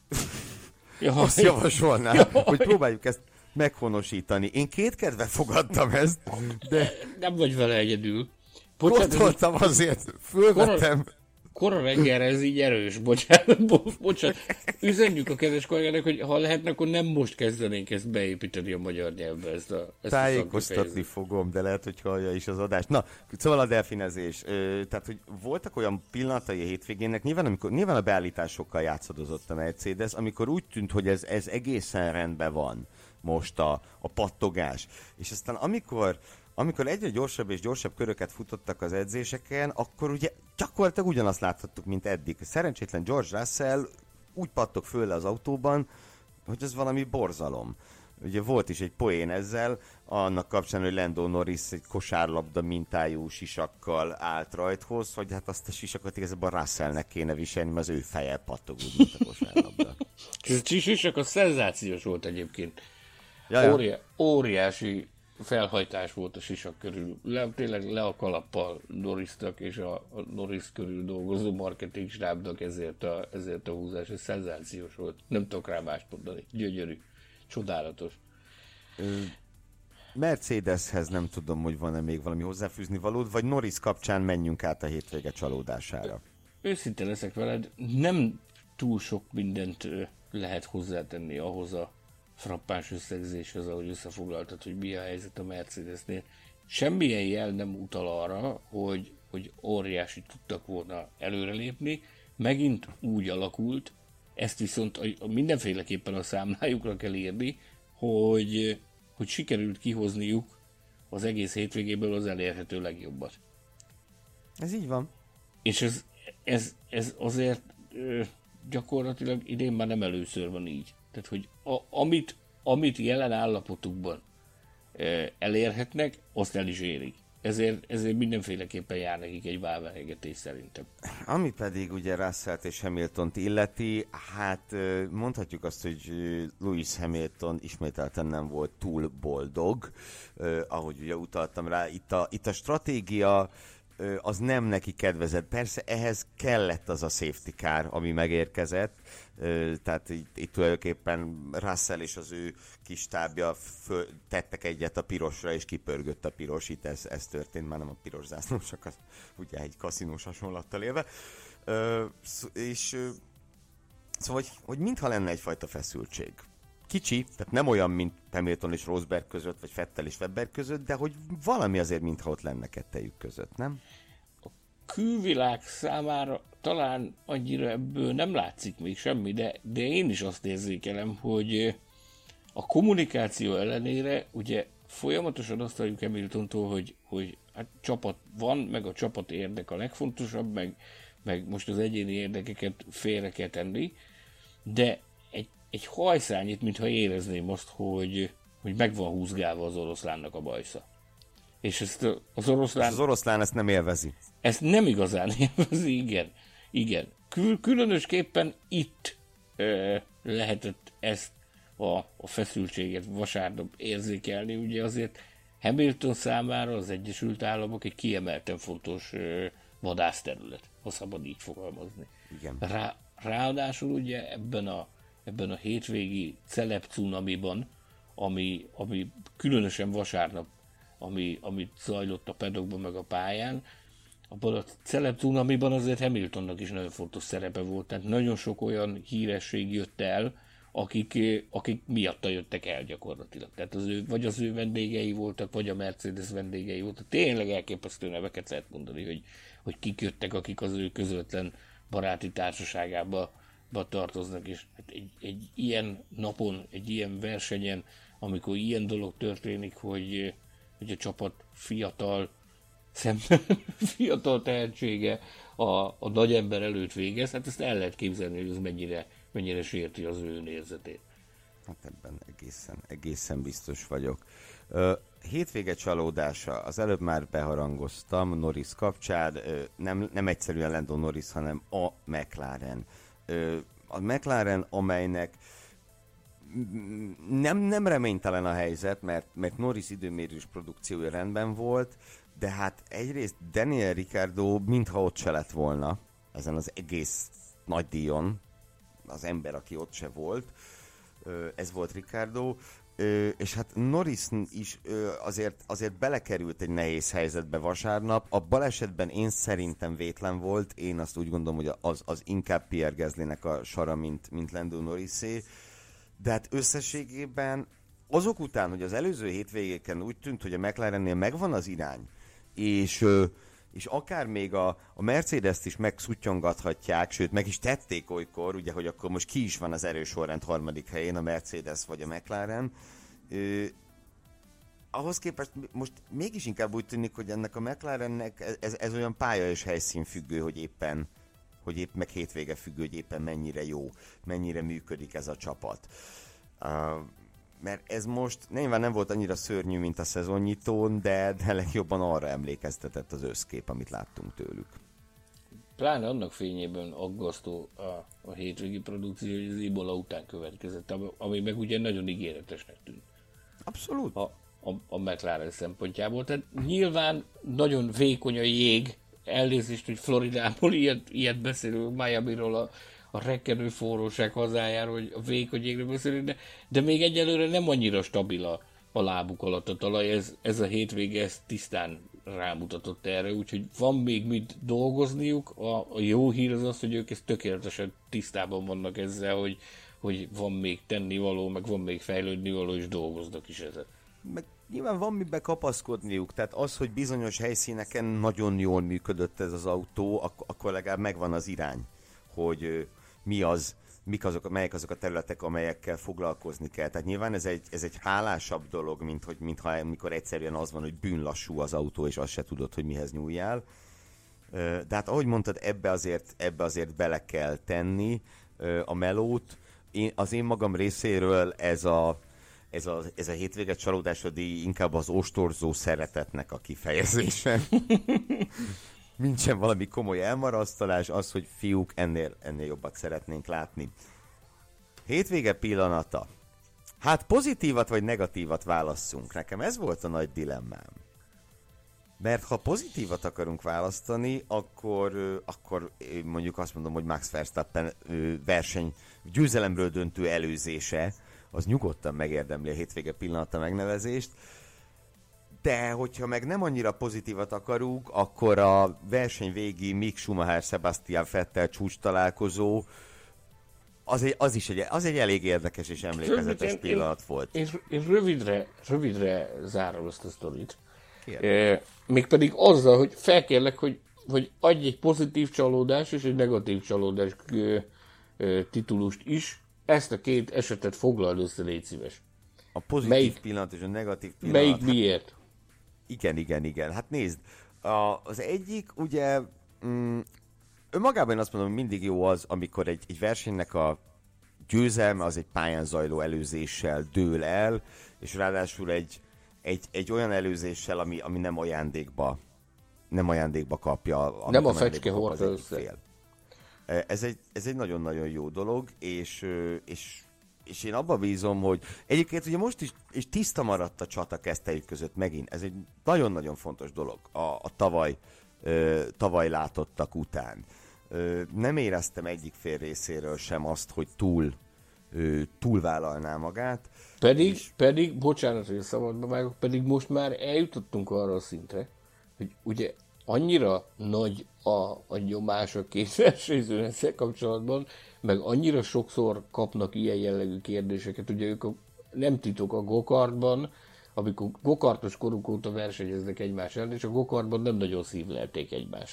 Jaj. azt javasolnám, hogy próbáljuk ezt meghonosítani. Én kétkedve fogadtam ezt, de Nem vagy vele egyedül. Kóstoltam azért, fölvettem. Kora reggelre ez így erős, bocsánat. Üzenjük a kedves kollégának, hogy ha lehetne, akkor nem most kezdenénk ezt beépíteni a magyar nyelvbe, ezt Tájékoztatni fogom, de lehet, hogy hallja is az adást. Na, szóval a delfinezés. Tehát, hogy voltak olyan pillanatai a hétvégének, nyilván a beállításokkal játszadozott a Mercedes, amikor úgy tűnt, hogy ez egészen rendben van most a pattogás. És aztán amikor egyre gyorsabb és gyorsabb köröket futottak az edzéseken, akkor ugye gyakorlatilag ugyanazt láthattuk, mint eddig. Szerencsétlen George Russell úgy pattog föl az autóban, hogy ez valami borzalom. Ugye volt is egy poén ezzel, annak kapcsán, hogy Lando Norris egy kosárlabda mintájú sisakkal állt rajthoz, hogy hát azt a sisakot igazából Russellnek kéne viselni, mert az ő feje pattog úgy, mint a kosárlabda. Ez a sisak az szenzációs volt egyébként. Jaja. Óriási felhajtás volt a sisak körül. Tényleg le a kalappal Norrisnak és a Norris körül dolgozó marketing stábnak ezért a húzás. Ez szenzációs volt. Nem tudok rá mást mondani. Gyönyörű. Csodálatos. Mercedeshez nem tudom, hogy van-e még valami hozzáfűzni valód, vagy Norris kapcsán menjünk át a hétvége csalódására. Őszinte leszek veled, nem túl sok mindent lehet hozzátenni ahhoz a frappáns összegzéshez, ahogy összefoglaltad, hogy mi a helyzet a Mercedesnél. Semmilyen jel nem utal arra, hogy óriási tudtak volna előrelépni. Megint úgy alakult, ezt viszont mindenféleképpen a számlájukra kell írni, hogy sikerült kihozniuk az egész hétvégéből az elérhető legjobbat. Ez így van. És ez azért gyakorlatilag idén már nem először van így. Tehát, hogy amit jelen állapotukban elérhetnek, azt el is érik. Ezért mindenféleképpen jár nekik egy vállvehegetés szerintem. Ami pedig ugye Russellt és Hamiltont illeti, hát mondhatjuk azt, hogy Lewis Hamilton ismételten nem volt túl boldog, ahogy ugye utaltam rá, itt a stratégia az nem neki kedvezett. Persze ehhez kellett az a safety car, ami megérkezett, tehát itt tulajdonképpen Russell és az ő kis stábja tettek egyet a pirosra, és kipörgött a piros. Itt ez történt, már nem a piros zászlósak, ugye egy kaszinós hasonlattal élve. Szóval, hogy mintha lenne egyfajta feszültség. Kicsi, tehát nem olyan, mint Hamilton és Rosberg között, vagy Vettel és Webber között, de hogy valami azért, mintha ott lenne kettejük között, nem? A külvilág számára talán annyira ebből nem látszik még semmi, de én is azt érzékelem, hogy a kommunikáció ellenére ugye folyamatosan azt halljuk Hamiltontól, hogy hát csapat van, meg a csapat érdek a legfontosabb, meg most az egyéni érdekeket félre kell tenni, de egy hajszányit, mintha érezném azt, hogy meg van húzgálva az oroszlánnak a bajsza. És ezt az oroszlán ezt nem élvezi. Ezt nem igazán élvezi, igen. Különösképpen itt lehetett ezt a feszültséget vasárnap érzékelni. Ugye azért Hamilton számára az Egyesült Államok egy kiemelten fontos vadászterület, ha szabad így fogalmazni. Igen. Ráadásul ugye ebben a hétvégi celeb cunamiban, ami különösen vasárnap, amit zajlott a pedokban meg a pályán, abban a celeb cunamiban azért Hamiltonnak is nagyon fontos szerepe volt, tehát nagyon sok olyan híresség jött el, akik miatta jöttek el gyakorlatilag. Tehát vagy az ő vendégei voltak, vagy a Mercedes vendégei voltak. Tényleg elképesztő neveket lehet mondani, hogy kik jöttek, akik az ő közvetlen baráti társaságába tartoznak, és hát egy ilyen napon, egy ilyen versenyen, amikor ilyen dolog történik, hogy a csapat fiatal tehetsége a nagy ember előtt végez, hát ezt el lehet képzelni, hogy ez mennyire sérti az ő önérzetét. Hát ebben egészen biztos vagyok. Hétvége csalódása, az előbb már beharangoztam Norris kapcsán, nem egyszerűen Lando Norris, hanem a McLaren. A McLaren, amelynek nem reménytelen a helyzet, mert Norris időmérős produkciója rendben volt, de hát egyrészt Daniel Ricciardo mintha ott se lett volna ezen az egész nagy díjon, az ember, aki ott se volt, ez volt Ricciardo, és hát Norris is azért belekerült egy nehéz helyzetbe vasárnap. A balesetben én szerintem vétlen volt, én azt úgy gondolom, hogy az inkább Pierre Gaslynek a sara, mint Lando Norrisé, de hát összességében azok után, hogy az előző hétvégéken úgy tűnt, hogy a McLarennél megvan az irány, és akár még a Mercedes-t is megszuttyongathatják, sőt meg is tették olykor, ugye, hogy akkor most ki is van az erősorrend harmadik helyén, a Mercedes vagy a McLaren. Ahhoz képest most mégis inkább úgy tűnik, hogy ennek a McLarennek ez olyan pálya és helyszín függő, hogy éppen meg hétvége függő, hogy éppen mennyire jó, mennyire működik ez a csapat. Mert ez most nyilván nem volt annyira szörnyű, mint a szezonnyitón, de legjobban arra emlékeztetett az összkép, amit láttunk tőlük. Pláne annak fényében aggasztó a hétvégi produkció, hogy az Imola után következett, ami meg ugye nagyon ígéretesnek tűnt. Abszolút. A McLaren szempontjából. Tehát nyilván nagyon vékony a jég, elnézést, hogy Floridából ilyet beszélünk, Miamiról, a rekkenő forróság hazájáról, hogy a vékony jégről beszélünk, de még egyelőre nem annyira stabil a lábuk alatt a talaj, ez a hétvége ezt tisztán rámutatott erre, úgyhogy van még mit dolgozniuk. A jó hír az, hogy ők ezt tökéletesen tisztában vannak ezzel, hogy van még tennivaló, meg van még fejlődnivaló, és dolgoznak is ezen. Meg nyilván van mibe kapaszkodniuk, tehát az, hogy bizonyos helyszíneken nagyon jól működött ez az autó, akkor legalább megvan az irány, hogy melyek azok a területek, amelyekkel foglalkozni kell. Tehát nyilván ez egy hálásabb dolog, mintha amikor egyszerűen az van, hogy bűnlassú az autó, és azt se tudod, hogy mihez nyúljál. De hát ahogy mondtad, ebbe azért bele kell tenni a melót. az én magam részéről ez a hétvége csalódásodi inkább az ostorzó szeretetnek a kifejezése. Nincsen valami komoly elmarasztalás, az, hogy fiúk ennél jobbat szeretnénk látni. Hétvége pillanata. Hát pozitívat vagy negatívat válasszunk. Nekem ez volt a nagy dilemmám. Mert ha pozitívat akarunk választani, akkor mondjuk azt mondom, hogy Max Verstappen verseny győzelemről döntő előzése, az nyugodtan megérdemli a hétvége pillanata megnevezést. De hogyha meg nem annyira pozitívat akarunk, akkor a verseny végi Mick Schumacher, Sebastian Vettel csúcs találkozó az egy elég érdekes és emlékezetes pillanat volt. És rövidre zárom ezt a sztorit. Mégpedig azzal, hogy felkérlek, hogy adj egy pozitív csalódás és egy negatív csalódás titulust is. Ezt a két esetet foglald össze, légy szíves. A pozitív pillanat és a negatív pillanat. Melyik miért? Igen. Hát nézd, az egyik ugye önmagában én azt mondom, hogy mindig jó az, amikor egy versenynek a győzelme az egy pályán zajló előzéssel dől el, és ráadásul egy olyan előzéssel, ami nem ajándékba kapja. Nem a fecske hordta össze. Ez egy nagyon-nagyon jó dolog, és én abba bízom, hogy egyébként ugye most is tiszta maradt a csata kezdteik között megint. Ez egy nagyon-nagyon fontos dolog a tavaly látottak után. Nem éreztem egyik fél részéről sem azt, hogy túlvállalná magát. Pedig, bocsánat, hogy a szabadba vágok, pedig most már eljutottunk arra a szintre, hogy ugye annyira nagy a nyomás a két versenyzőn ezzel kapcsolatban, meg annyira sokszor kapnak ilyen jellegű kérdéseket, ugye ők nem titok a gokartban, amikor gokartos koruk óta versenyeznek egymás ellen, és a gokartban nem nagyon szívlelték egymást.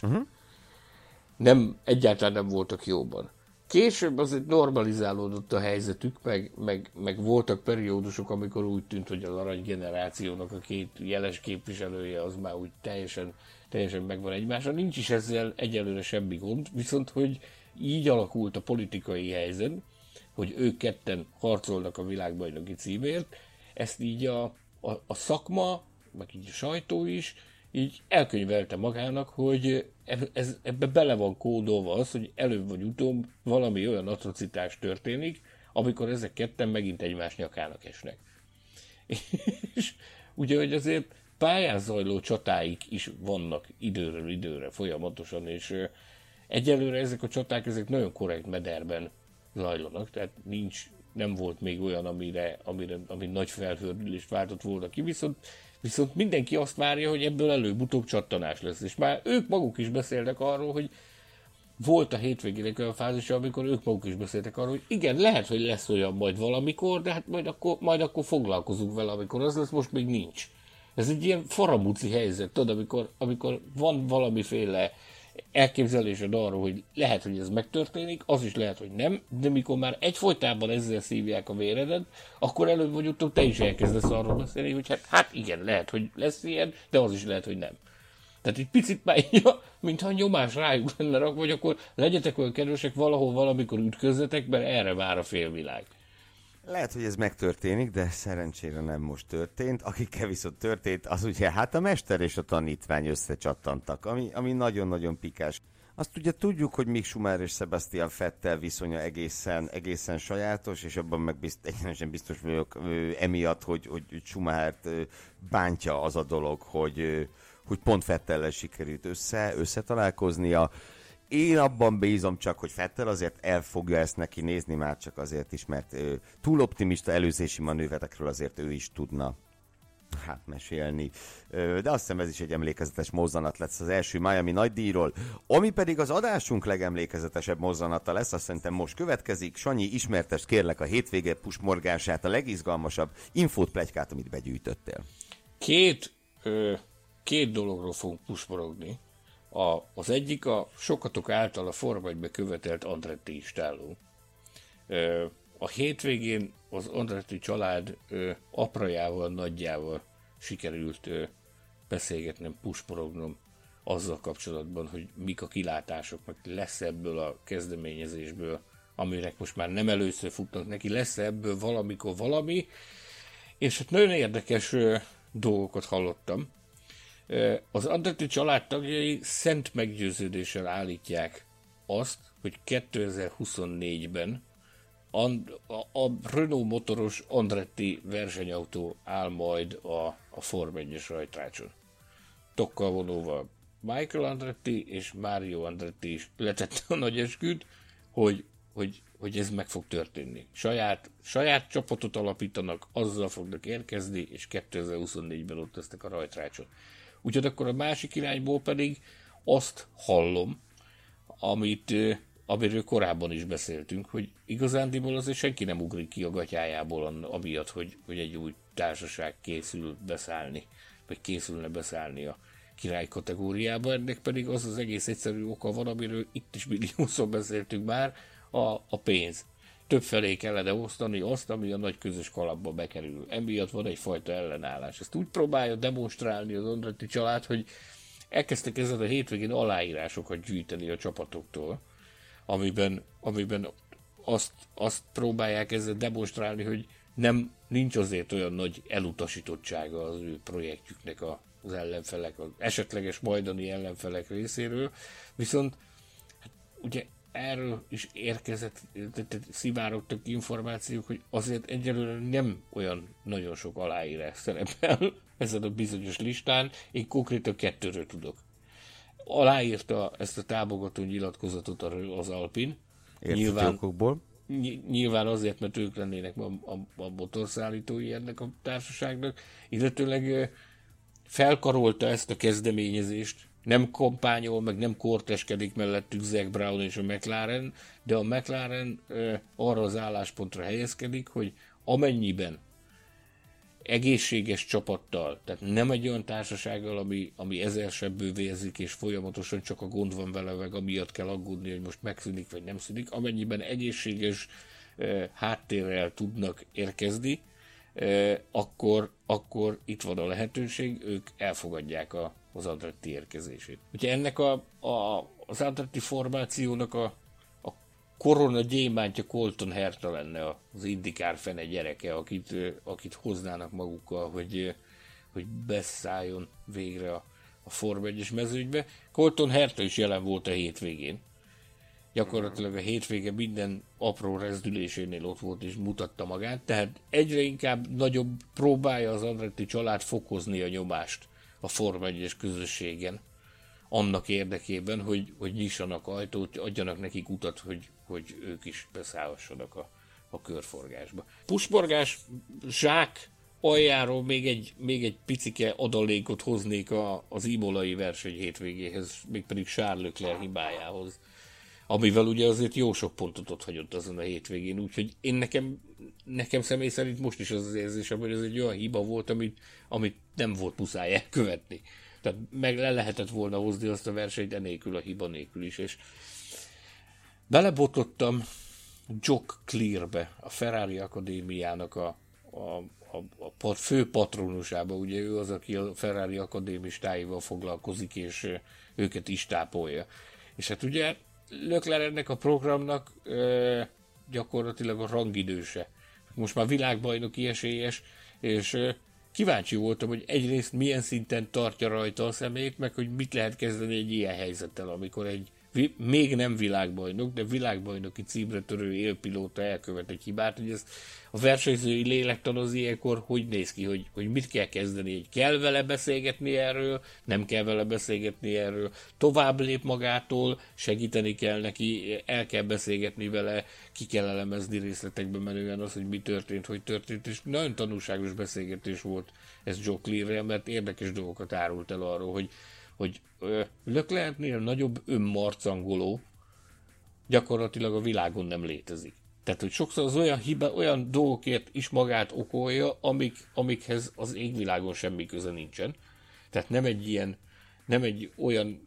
Egyáltalán nem voltak jóban. Később azért normalizálódott a helyzetük, meg voltak periódusok, amikor úgy tűnt, hogy az arany generációnak a két jeles képviselője az már úgy teljesen megvan egymásra. Nincs is ezzel egyelőre semmi gond, viszont hogy így alakult a politikai helyzet, hogy ők ketten harcolnak a világbajnoki címért, ezt így a szakma, meg így a sajtó is, így elkönyvelte magának, hogy ebbe bele van kódolva az, hogy előbb vagy utóbb valami olyan atrocitás történik, amikor ezek ketten megint egymás nyakának esnek. És ugye, hogy azért pályán zajló csatáik is vannak időről időre folyamatosan, és egyelőre ezek a csaták ezek nagyon korrekt mederben zajlanak, tehát nem volt még olyan, ami nagy felhördülést váltott volna ki, viszont mindenki azt várja, hogy ebből előbb-utóbb csattanás lesz. És már ők maguk is beszélnek arról, hogy volt a hétvégének olyan fázisa, amikor ők maguk is beszéltek arról, hogy igen, lehet, hogy lesz olyan majd valamikor, de hát majd akkor foglalkozunk vele, amikor az lesz, most még nincs. Ez egy ilyen faramúci helyzet, tudod, amikor van valamiféle elképzelésed arról, hogy lehet, hogy ez megtörténik, az is lehet, hogy nem, de mikor már egyfolytában ezzel szívják a véredet, akkor előbb vagy utóbb te is elkezdesz arról beszélni, hogy hát igen, lehet, hogy lesz ilyen, de az is lehet, hogy nem. Tehát egy picit már mintha nyomás rájuk lenne rak, vagy akkor legyetek olyan kedvesek, valahol valamikor ütközzetek, mert erre vár a félvilág. Lehet, hogy ez megtörténik, de szerencsére nem most történt. Akikkel viszont történt, az ugye hát a mester és a tanítvány összecsattantak, ami nagyon-nagyon pikás. Azt ugye tudjuk, hogy Mick Schumacher és Sebastian Vettel viszonya egészen sajátos, és abban meg egyenesen biztos vagyok emiatt, hogy Schumachert bántja az a dolog, hogy pont Vettellel sikerült összetalálkoznia. Én abban bízom csak, hogy Vettel azért el fogja ezt neki nézni, már csak azért is, mert túl optimista előzési manőverekről azért ő is tudna mesélni. De azt hiszem ez is egy emlékezetes mozzanat lesz az első Miami nagydíjról, ami pedig az adásunk legemlékezetesebb mozzanata lesz, azt szerintem most következik. Sanyi, ismertest kérlek a hétvége pusmorgását, a legizgalmasabb infót, pletykát, amit begyűjtöttél. Két dologról fogunk pusmorogni. Az egyik a sokatok által a Forma 1-be követelt Andretti istálló. A hétvégén az Andretti család aprajával, nagyjával sikerült beszélgetnem, pusmorognom azzal kapcsolatban, hogy mik a kilátások, meg lesz ebből a kezdeményezésből aminek most már nem először futnak neki, lesz ebből valamikor valami, és hát nagyon érdekes dolgokat hallottam. Az Andretti család tagjai szent meggyőződéssel állítják azt, hogy 2024-ben a Renault motoros Andretti versenyautó áll majd a Form 1-es rajtrácson. Tokkal vonóval Michael Andretti és Mario Andretti is letette a nagy esküt, hogy ez meg fog történni. Saját csapatot alapítanak, azzal fognak érkezni, és 2024-ben ott lesznek a rajtrácson. Úgyhogy akkor a másik irányból pedig azt hallom, amiről korábban is beszéltünk, hogy igazándiból azért senki nem ugrik ki a gatyájából amiatt, hogy egy új társaság készül beszállni, vagy készülne beszállni a király kategóriába, ennek pedig az az egész egyszerű oka van, amiről itt is milliószor beszéltünk már, a pénz. Többfelé kellene osztani azt, ami a nagy közös kalapba bekerül. Emiatt van egyfajta ellenállás. Ezt úgy próbálja demonstrálni az Andretti család, hogy elkezdtek ezen a hétvégén aláírásokat gyűjteni a csapatoktól, amiben azt próbálják ezzel demonstrálni, hogy nincs azért olyan nagy elutasítottsága az ő projektjüknek az ellenfelek, az esetleges majdani ellenfelek részéről, viszont hát, ugye erről is érkezett, szivárogtak információk, hogy azért egyelőre nem olyan nagyon sok aláírás szerepel ezen a bizonyos listán, én konkrétan 2-ről tudok. Aláírta ezt a támogató nyilatkozatot az Alpine. Nyilván azért, mert ők lennének a motorszállítói ennek a társaságnak, illetőleg felkarolta ezt a kezdeményezést, nem kampányol, meg nem korteskedik mellettük Zak Brown és a McLaren, de a McLaren arra az álláspontra helyezkedik, hogy amennyiben egészséges csapattal, tehát nem egy olyan társasággal, ami ezersebből vérzik, és folyamatosan csak a gond van vele, meg amiatt kell aggódni, hogy most megszűnik, vagy nem szűnik, amennyiben egészséges háttérrel tudnak érkezni, akkor itt van a lehetőség, ők elfogadják az Andretti érkezését. Ugye ennek az Andretti formációnak a korona gyémántja Colton Herta lenne az IndyCar fene gyereke, akit hoznának magukkal, hogy beszálljon végre a Form 1-es mezőnybe. Colton Herta is jelen volt a hétvégén. Gyakorlatilag a hétvége minden apró rezdülésénél ott volt és mutatta magát, tehát egyre inkább nagyobb próbálja az Andretti család fokozni a nyomást a Form 1-es közösségen, annak érdekében, hogy nyissanak ajtót, adjanak nekik utat, hogy ők is beszállhassanak a körforgásba. Pusborgás zsák aljáról még egy picike adalékot hoznék az imolai verseny hétvégéhez, mégpedig Charles Leclerc hibájához, amivel ugye azért jó sok pontot ott hagyott azon a hétvégén, úgyhogy nekem személy szerint most is az érzésem, hogy ez egy olyan hiba volt, amit nem volt muszáj elkövetni. Tehát meg le lehetett volna hozni azt a versenyt enélkül, a hiba nélkül is, és belebotlottam Jock Clearbe, a Ferrari Akadémiának a fő patronusába, ugye ő az, aki a Ferrari akadémistáival foglalkozik, és őket is tápolja. És hát ugye Leclercnek a programnak gyakorlatilag a rangidőse. Most már világbajnoki esélyes, és kíváncsi voltam, hogy egyrészt milyen szinten tartja rajta a szemét, meg hogy mit lehet kezdeni egy ilyen helyzettel, amikor egy még nem világbajnok, de világbajnoki címre törő élpilóta elkövet egy hibát, hogy ez a versenyzői lélektan az ilyenkor hogy néz ki, hogy mit kell kezdeni, hogy kell vele beszélgetni erről, nem kell vele beszélgetni erről, tovább lép magától, segíteni kell neki, el kell beszélgetni vele, ki kell elemezni részletekben menően az, hogy mi történt, hogy történt, és nagyon tanulságos beszélgetés volt ez Jock Clearrel, mert érdekes dolgokat árult el arról, hogy Leclercnél nagyobb önmarcangoló gyakorlatilag a világon nem létezik. Tehát, hogy sokszor az olyan dolgokért is magát okolja, amikhez az égvilágon semmi köze nincsen. Tehát nem egy olyan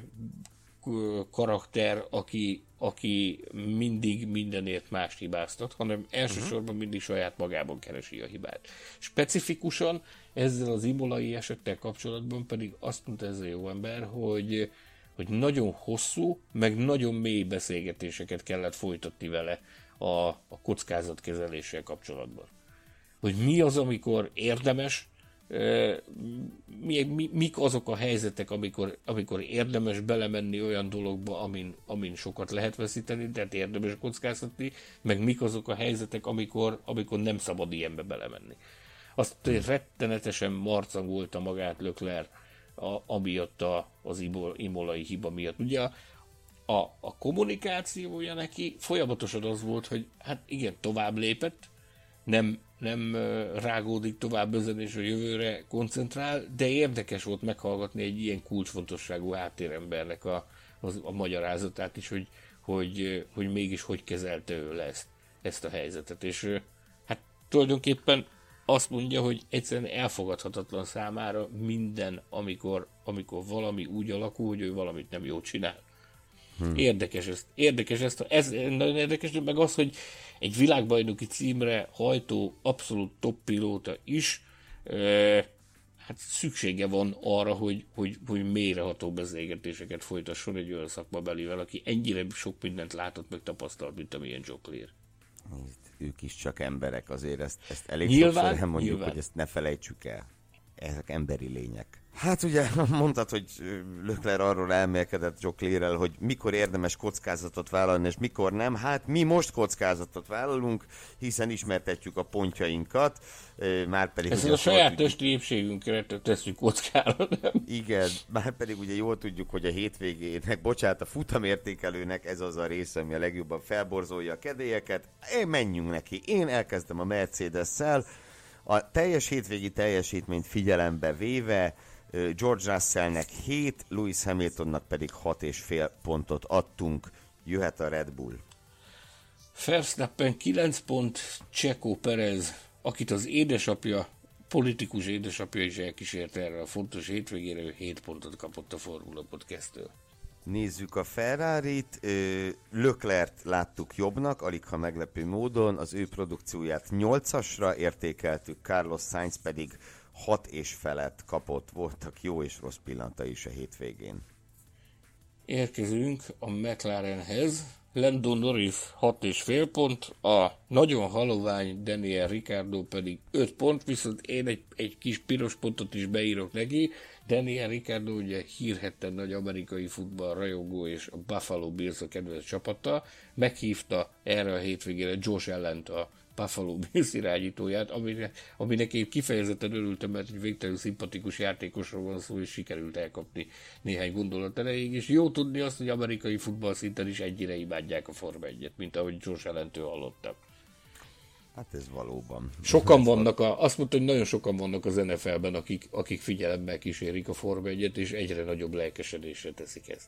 karakter, aki mindig mindenért mást hibáztat, hanem elsősorban mindig saját magában keresi a hibát. Specifikusan ezzel az imolai esettel kapcsolatban pedig azt mondta ez a jó ember, hogy nagyon hosszú, meg nagyon mély beszélgetéseket kellett folytatni vele a kockázatkezeléssel kapcsolatban. Hogy mi az, amikor érdemes, mik azok a helyzetek, amikor érdemes belemenni olyan dologba, amin sokat lehet veszíteni, tehát érdemes kockáztatni, meg mik azok a helyzetek, amikor nem szabad ilyenbe belemenni. Azt rettenetesen marcangolta magát Leclerc amiatt az imolai hiba miatt. Ugye a kommunikációja neki folyamatosan az volt, hogy hát igen, tovább lépett, nem rágódik tovább ezen és a jövőre koncentrál, de érdekes volt meghallgatni egy ilyen kulcsfontosságú háttérembernek a magyarázatát is, hogy mégis hogy kezelte ő le ezt a helyzetet. És hát tulajdonképpen azt mondja, hogy egyszerűen elfogadhatatlan számára minden, amikor valami úgy alakul, hogy ő valamit nem jól csinál. Érdekes ez nagyon érdekes, de meg az, hogy egy világbajnoki címre hajtó abszolút top pilóta is, hát szüksége van arra, hogy mélyreható beszélgetéseket folytasson egy olyan szakmabelivel, aki ennyire sok mindent látott, meg tapasztalt, mint amilyen Joe Clear. Ők is csak emberek, azért ezt elég Nyilván, sokszor elmondjuk, hogy ezt ne felejtsük el. Ezek emberi lények. Hát ugye mondtad, hogy Leclerc arról elmélkedett Joe Clearrel, hogy mikor érdemes kockázatot vállalni, és mikor nem. Hát mi most kockázatot vállalunk, hiszen ismertetjük a pontjainkat. Márpedig ezt a saját testi épségünkre tesszük kockára, nem? Igen, márpedig ugye jól tudjuk, hogy a hétvégének, a futamértékelőnek ez az a része, ami a legjobban felborzolja a kedélyeket. Menjünk neki. Én elkezdem a Mercedes-szel. A teljes hétvégi teljesítményt figyelembe véve George Russellnek 7, Lewis Hamiltonnak pedig 6,5 pontot adtunk. Jöhet a Red Bull. Verstappen 9 pont, Checo Perez, akit az édesapja, politikus édesapja is elkísért erre a fontos hétvégére, ő 7 pontot kapott a Formula Podcast-től. Nézzük a Ferrarit. Leclerc láttuk jobbnak, alig ha meglepő módon, az ő produkcióját 8-asra értékeltük, Carlos Sainz pedig 6 és felett kapott, voltak jó és rossz pillanatai is a hétvégén. Érkezünk a McLarenhez, Lando Norris 6,5 pont, a nagyon halovány Daniel Ricciardo pedig 5 pont, viszont én egy kis piros pontot is beírok neki. Daniel Ricciardo ugye hírhetten nagy amerikai futballrajongó és a Buffalo Bills a kedvenc csapata, meghívta erre a hétvégére Josh Allent, a Buffalo Bills irányítóját, aminek én kifejezetten örültem, mert egy végtelenül szimpatikus játékosról van szó, és sikerült elkapni néhány gondolat erejéig, és jó tudni azt, hogy amerikai futball szinten is ennyire imádják a Forma 1-et, mint ahogy Josh Allentől hallottam. Hát ez valóban. Sokan vannak, azt mondta, hogy nagyon sokan vannak az NFL-ben, akik figyelemmel kísérik a Forma 1-et, és egyre nagyobb lelkesedésre teszik ezt.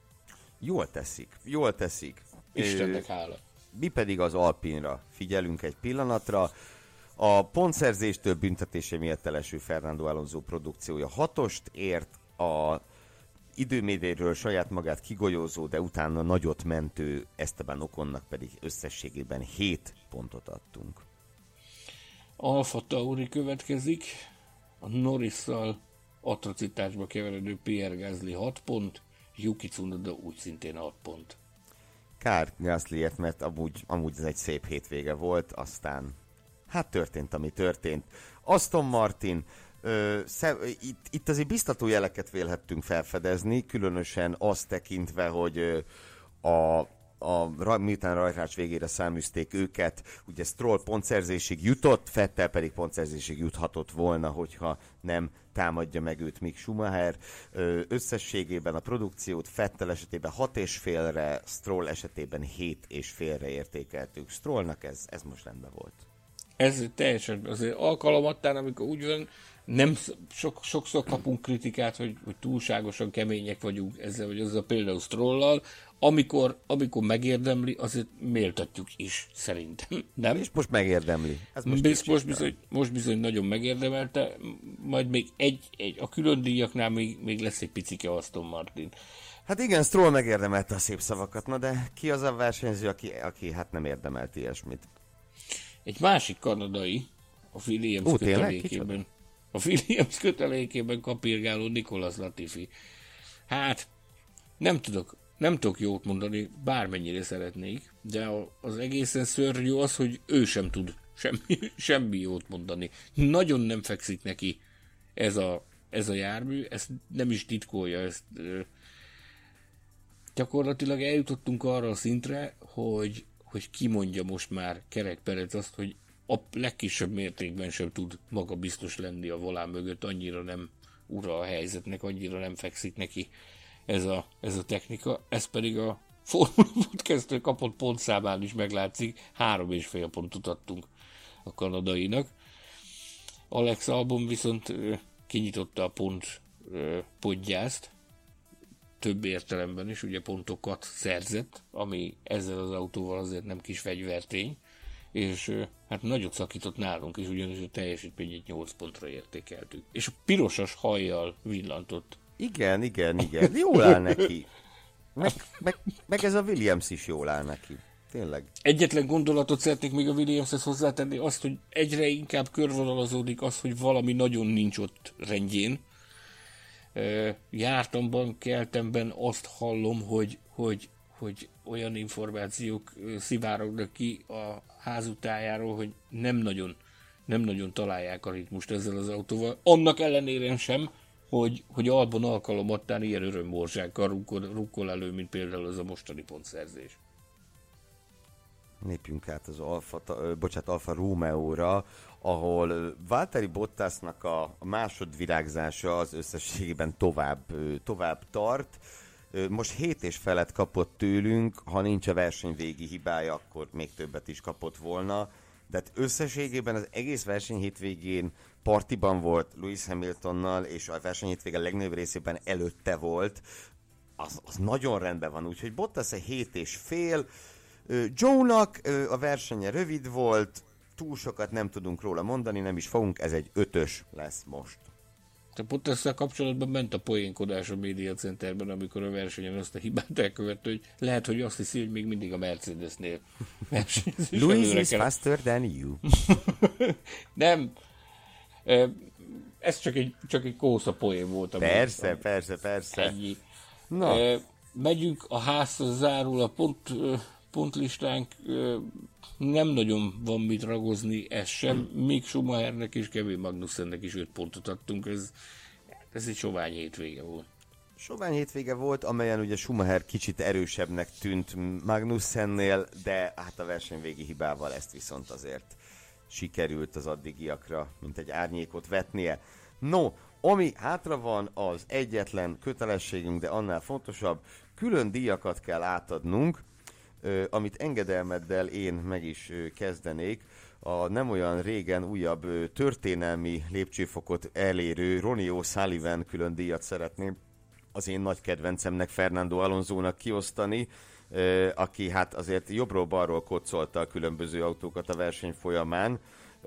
Jól teszik. Istennek hála. Mi pedig az Alpinra figyelünk egy pillanatra. A pontszerzéstől büntetése miatt eleső Fernando Alonso produkciója 6-ost ért, a időmérőről saját magát kigolyózó, de utána nagyot mentő Esteban Oconnak pedig összességében 7 pontot adtunk. Alfa Tauri következik, a Norrisszal atrocitásba keveredő Pierre Gasly 6 pont, Yuki Tsunoda úgy szintén 6 pont. Kár Gaslyért, mert amúgy ez egy szép hétvége volt, aztán hát történt, ami történt. Aston Martin, itt azért biztató jeleket vélhettünk felfedezni, különösen azt tekintve, hogy miután rajtrács végére száműzték őket, ugye Stroll pontszerzésig jutott, Vettel pedig pontszerzésig juthatott volna, hogyha nem támadja meg őt Mick Schumacher. Összességében a produkciót Vettel esetében 6,5-re, Stroll esetében 7,5-re értékeltük. Strollnak ez most rendben volt. Ez teljesen azért alkalomattán, amikor úgy van, nem sokszor kapunk kritikát, hogy túlságosan kemények vagyunk ezzel, vagy azzal például Strollal, amikor megérdemli, azért méltatjuk is, szerintem. Nem? És most megérdemli. Most bizony nagyon megérdemelte, majd még a külön díjaknál még lesz egy picike Aston Martin. Hát igen, Stroll megérdemelte a szép szavakat, na de ki az a versenyző, aki hát nem érdemelt ilyesmit? Egy másik kanadai, a Williams kötelékében kapirgáló Nicolas Latifi. Hát, Nem tudok jót mondani, bármennyire szeretnék, de az egészen szörnyű az, hogy ő sem tud semmi jót mondani. Nagyon nem fekszik neki ez a jármű, ezt nem is titkolja, ezt gyakorlatilag eljutottunk arra a szintre, hogy kimondja most már Kerek Perec azt, hogy a legkisebb mértékben sem tud magabiztos lenni a volán mögött, annyira nem ura a helyzetnek, annyira nem fekszik neki ez a technika. Ez pedig a Formula Podcast-től kapott pontszámán is meglátszik, 3,5 pontot adtunk a kanadainak. Alex Albon viszont kinyitotta a pontgyászt, több értelemben is, ugye pontokat szerzett, ami ezzel az autóval azért nem kis fegyvertény, és hát nagyot szakított nálunk is, ugyanis a teljesítményét 8 pontra értékeltük. És a pirosas hajjal villantott. Igen. Jól áll neki. Meg ez a Williams is jól áll neki. Tényleg. Egyetlen gondolatot szeretnék még a Williamshez hozzátenni, azt, hogy egyre inkább körvonalazódik az, hogy valami nagyon nincs ott rendjén. Jártamban, keltemben azt hallom, hogy olyan információk szivárognak ki a házutájáról, hogy nem nagyon találják a ritmust ezzel az autóval. Annak ellenére sem, hogy Albon alkalomattán ilyen örömmorzsákkal rukkol elő, mint például az a mostani pontszerzés. Lépjünk át az Alfa Romeo-ra, ahol Valtteri Bottasnak a másodvirágzása az összességében tovább tart. Most 7 és felet kapott tőlünk, ha nincs a verseny végi hibája, akkor még többet is kapott volna. De hát összességében az egész verseny hétvégén partiban volt Lewis Hamiltonnal, és a verseny hétvége legnagyobb részében előtte volt. Az nagyon rendben van, úgyhogy Bottas egy 7 és fél. Joe-nak a versenye rövid volt, túl sokat nem tudunk róla mondani, nem is fogunk, ez egy 5-ös lesz most. Te Bottasszal kapcsolatban ment a poénkodás a Media Centerben, amikor a versenyen azt a hibát elkövette, hogy lehet, hogy azt hiszi, hogy még mindig a Mercedesnél versenyezik. Louis is faster than you. Nem. Ez csak egy kósza poén volt. Persze. Ennyi. Megyünk a házhoz, zárul a pontlistánk, nem nagyon van mit ragozni, ez sem, még Schumachernek és Kevin Magnussennek is 5 pontot adtunk, ez egy sovány hétvége volt. Sovány hétvége volt, amelyen ugye Schumacher kicsit erősebbnek tűnt Magnussennél, de hát a versenyvégi hibával ezt viszont azért sikerült az addigiakra, mint egy árnyékot vetnie. No, ami hátra van, az egyetlen kötelességünk, de annál fontosabb, külön díjakat kell átadnunk, amit engedelmeddel én meg is kezdenék. A nem olyan régen újabb történelmi lépcsőfokot elérő Ronnie O'Sullivan külön díjat szeretném az én nagy kedvencemnek, Fernando Alonsónak kiosztani, aki hát azért jobbról-balról koccolta a különböző autókat a verseny folyamán,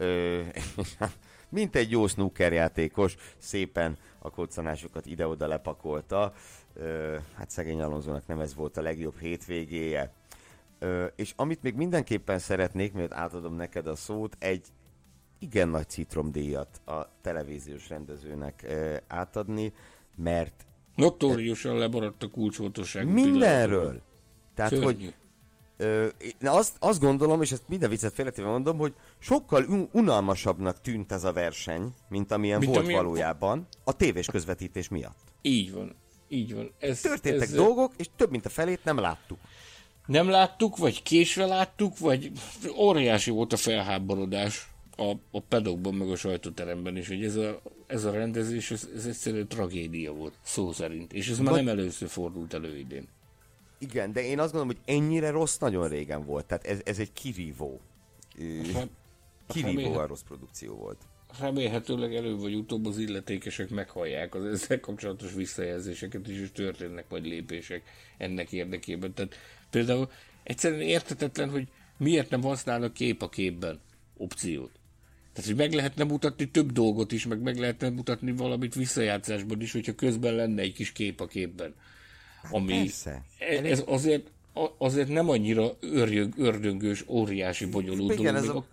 mint egy jó snooker játékos, szépen a koccanásokat ide-oda lepakolta. Hát szegény Alonsónak nem ez volt a legjobb hétvégéje. És amit még mindenképpen szeretnék, mielőtt átadom neked a szót, egy igen nagy citromdíjat a televíziós rendezőnek átadni, mert notóriusan lemaradt a kulcsfontosságú mindenről. Tehát, szörnyű. hogy azt gondolom, és ezt minden viccet félretéve mondom, hogy sokkal unalmasabbnak tűnt ez a verseny, mint amilyen volt valójában, a tévés közvetítés miatt. Így van. Történtek dolgok, és több mint a felét nem láttuk. Nem láttuk, vagy késve láttuk, vagy óriási volt a felháborodás a pedokban, meg a sajtóteremben is, hogy ez a rendezés, ez egyszerűen tragédia volt, szó szerint. És ez már nem először fordult elő idén. Igen, de én azt gondolom, hogy ennyire rossz nagyon régen volt. Tehát ez egy kirívó. A rossz produkció volt. Remélhetőleg előbb vagy utóbb az illetékesek meghallják az ezzel kapcsolatos visszajelzéseket is, és történnek majd lépések ennek érdekében. Tehát például egyszerűen érthetetlen, hogy miért nem használnak kép a képben opciót. Tehát, hogy meg lehetne mutatni több dolgot is, meg lehetne mutatni valamit visszajátszásban is, hogyha közben lenne egy kis kép a képben. Ami ez azért nem annyira ördöngős, óriási, bonyolult igen, dolog.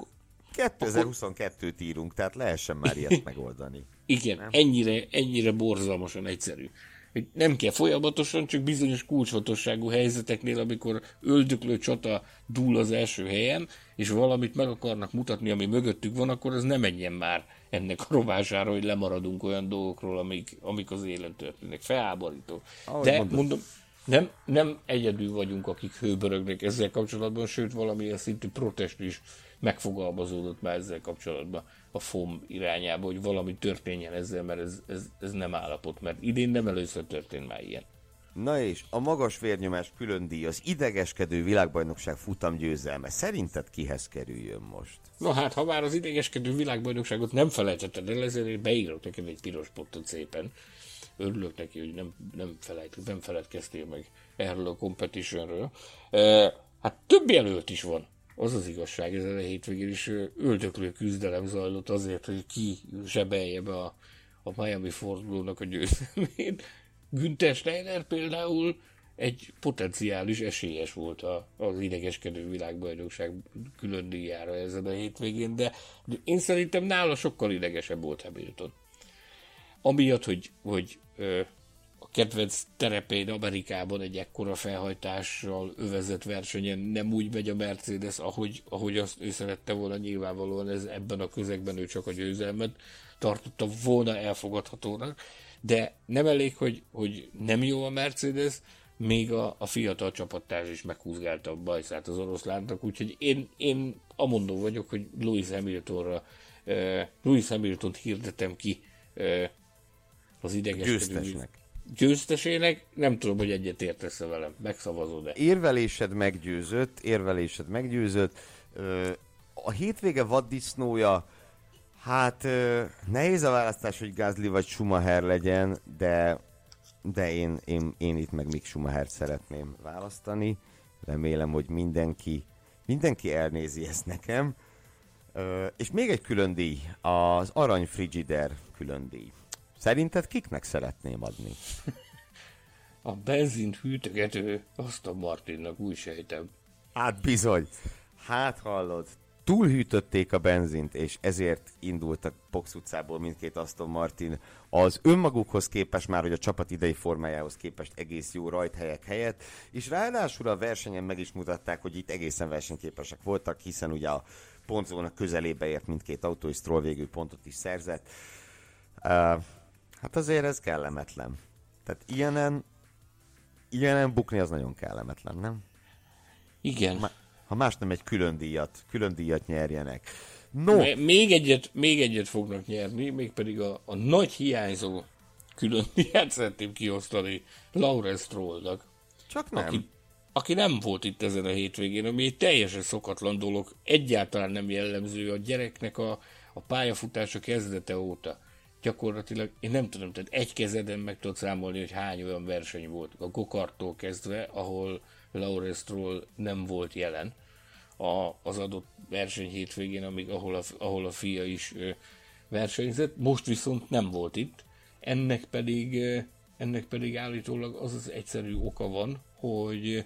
2022-t írunk, tehát lehessen már ilyet megoldani. Igen, ennyire borzalmasan egyszerű. hogy nem kell folyamatosan, csak bizonyos kulcsfontosságú helyzeteknél, amikor öldöklő csata dúl az első helyen, és valamit meg akarnak mutatni, ami mögöttük van, akkor ez ne menjen már ennek a rovására, hogy lemaradunk olyan dolgokról, amik az élen történnek. Felháborító. De mondom, nem egyedül vagyunk, akik hőbörögnek ezzel kapcsolatban, sőt valamilyen szintű protest is megfogalmazódott már ezzel kapcsolatban a FOM irányába, hogy valami történjen ezzel, mert ez nem állapot, mert idén nem először történt már ilyen. Na és a magas vérnyomás külön díj, az idegeskedő világbajnokság futamgyőzelme. Szerinted kihez kerüljön most? Na hát, ha már az idegeskedő világbajnokságot nem felejtetted el, ezért beírok neked egy piros pontot szépen. Örülök neki, hogy nem feledkeztél meg erről a competitionről. Hát több jelölt is van. Az az igazság, ezen a hétvégén is öldöklő küzdelem zajlott azért, hogy ki zsebelje be a Miami fordulónak a győzelmét. Günther Steiner például egy potenciális esélyes volt az idegeskedő világbajnokság külön díjára ezen a hétvégén, de én szerintem nála sokkal idegesebb volt Hamilton. Amiatt, hogy a kedvenc terepén Amerikában egy ekkora felhajtással övezett versenyen nem úgy megy a Mercedes, ahogy azt ő szerette volna, nyilvánvalóan ebben a közegben ő csak a győzelmet tartotta volna elfogadhatónak, de nem elég, hogy nem jó a Mercedes, még a fiatal csapattárs is meghúzgálta a bajszát az oroszlánnak, úgyhogy én amondó vagyok, hogy Lewis Hamiltont hirdetem ki az idegeskedő győztesének. Nem tudom, hogy egyet értesz velem, megszavazod-e? Érvelésed meggyőzött. A hétvége vaddisznója, hát nehéz a választás, hogy Gasly vagy Schumacher legyen, de én itt meg Mick Schumachert szeretném választani. Remélem, hogy mindenki elnézi ezt nekem. És még egy külön díj, az Arany Frigider külön díj. Szerinted kiknek szeretném adni? A benzint hűtögető Aston Martinnak, úgy sejtem. Hát bizony. Hát hallod. Túlhűtötték a benzint, és ezért indultak Box utcából mindkét Aston Martin az önmagukhoz képest, már hogy a csapat idei formájához képest egész jó rajthelyek helyett, és ráadásul a versenyen meg is mutatták, hogy itt egészen versenyképesek voltak, hiszen ugye a pontzóna közelébe ért mindkét autó, és Stroll végül pontot is szerzett. Hát azért ez kellemetlen. Tehát ilyenen bukni az nagyon kellemetlen, nem? Igen. Ha más nem, egy külön díjat nyerjenek. No. Még egyet fognak nyerni, mégpedig a nagy hiányzó külön díjat szeretném kiosztani Lawrence Strollnak. Csak nem. Aki nem volt itt ezen a hétvégén, ami egy teljesen szokatlan dolog, egyáltalán nem jellemző a gyereknek a pályafutása kezdete óta. Gyakorlatilag, én nem tudom, tehát egy kezeden meg tudod számolni, hogy hány olyan verseny volt. A go-karttól kezdve, ahol Lawrence Stroll nem volt jelen az adott verseny hétvégén, ahol a fia is versenyzett. Most viszont nem volt itt. Ennek pedig állítólag az az egyszerű oka van, hogy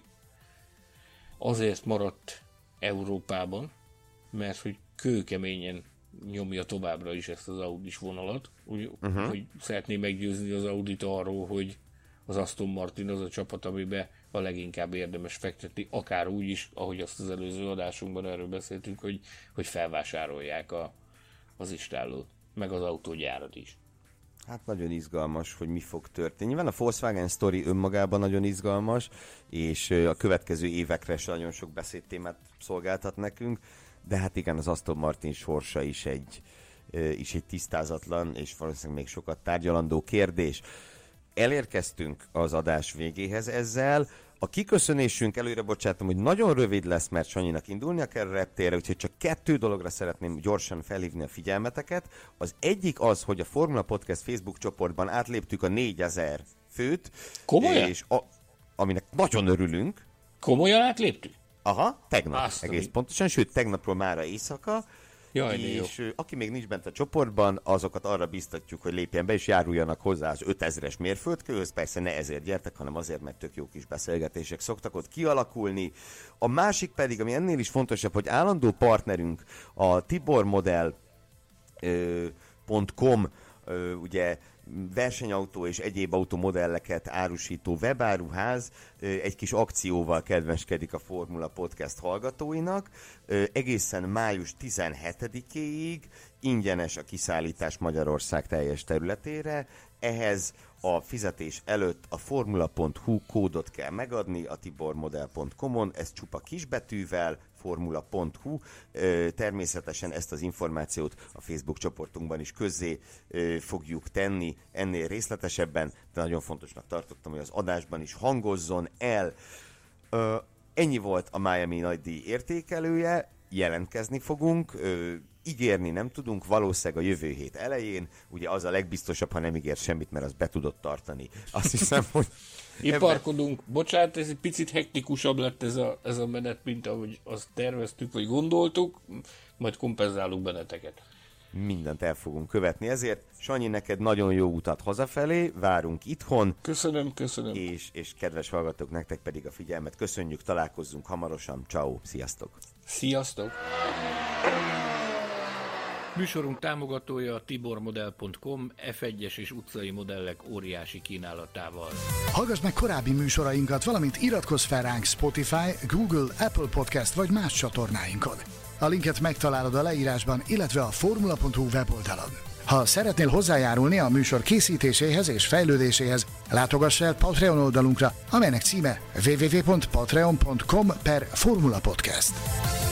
azért maradt Európában, mert hogy kőkeményen nyomja továbbra is ezt az Audis vonalat, hogy szeretné meggyőzni az Audit arról, hogy az Aston Martin az a csapat, amiben a leginkább érdemes fektetni, akár úgy is, ahogy azt az előző adásunkban erről beszéltünk, hogy felvásárolják az istállót, meg az autógyárat is. Hát nagyon izgalmas, hogy mi fog történni. Nyilván a Volkswagen sztori önmagában nagyon izgalmas, és a következő évekre is nagyon sok beszédtémát szolgáltat nekünk, de hát igen, az Aston Martin sorsa is egy tisztázatlan, és valószínűleg még sokat tárgyalandó kérdés. Elérkeztünk az adás végéhez ezzel. A kiköszönésünk, előre bocsátom, hogy nagyon rövid lesz, mert Sanyinak indulnia kell a reptérre, úgyhogy csak 2 dologra szeretném gyorsan felhívni a figyelmeteket. Az egyik az, hogy a Formula Podcast Facebook csoportban átléptük a 4000 főt. Komolyan? És aminek nagyon örülünk. Komolyan átléptük? Aha, tegnap egész pontosan, sőt tegnapról mára éjszaka. Jaj, és aki még nincs bent a csoportban, azokat arra biztatjuk, hogy lépjen be és járuljanak hozzá az 5000-es mérföldkőhöz. Persze ne ezért gyertek, hanem azért, mert tök jó kis beszélgetések szoktak ott kialakulni. A másik pedig, ami ennél is fontosabb, hogy állandó partnerünk a tibormodel.com ugye versenyautó és egyéb automodelleket árusító webáruház egy kis akcióval kedveskedik a Formula Podcast hallgatóinak. Egészen május 17-éig ingyenes a kiszállítás Magyarország teljes területére. Ehhez a fizetés előtt a formula.hu kódot kell megadni a tibormodel.com-on, ez csupa kisbetűvel, formula.hu. Természetesen ezt az információt a Facebook csoportunkban is közzé fogjuk tenni ennél részletesebben, de nagyon fontosnak tartottam, hogy az adásban is hangozzon el. Ennyi volt a Miami nagydíj értékelője, jelentkezni fogunk, ígérni nem tudunk, valószínűleg a jövő hét elején, ugye az a legbiztosabb, ha nem ígér semmit, mert az be tudott tartani. Azt hiszem, hogy... Iparkodunk. Bocsánat, ez egy picit hektikusabb lett ez a menet, mint ahogy azt terveztük, vagy gondoltuk, majd kompenzálunk benneteket. Mindent el fogunk követni, ezért Sanyi, neked nagyon jó utat hazafelé, várunk itthon. Köszönöm. És kedves hallgatók, nektek pedig a figyelmet köszönjük, találkozzunk hamarosan, ciao, sziasztok! Sziasztok! Műsorunk támogatója a tibormodel.com F1-es és utcai modellek óriási kínálatával. Hallgass meg korábbi műsorainkat, valamint iratkozz fel ránk Spotify, Google, Apple Podcast vagy más csatornáinkon. A linket megtalálod a leírásban, illetve a formula.hu weboldalon. Ha szeretnél hozzájárulni a műsor készítéséhez és fejlődéséhez, látogass el Patreon oldalunkra, amelynek címe www.patreon.com/formulapodcast.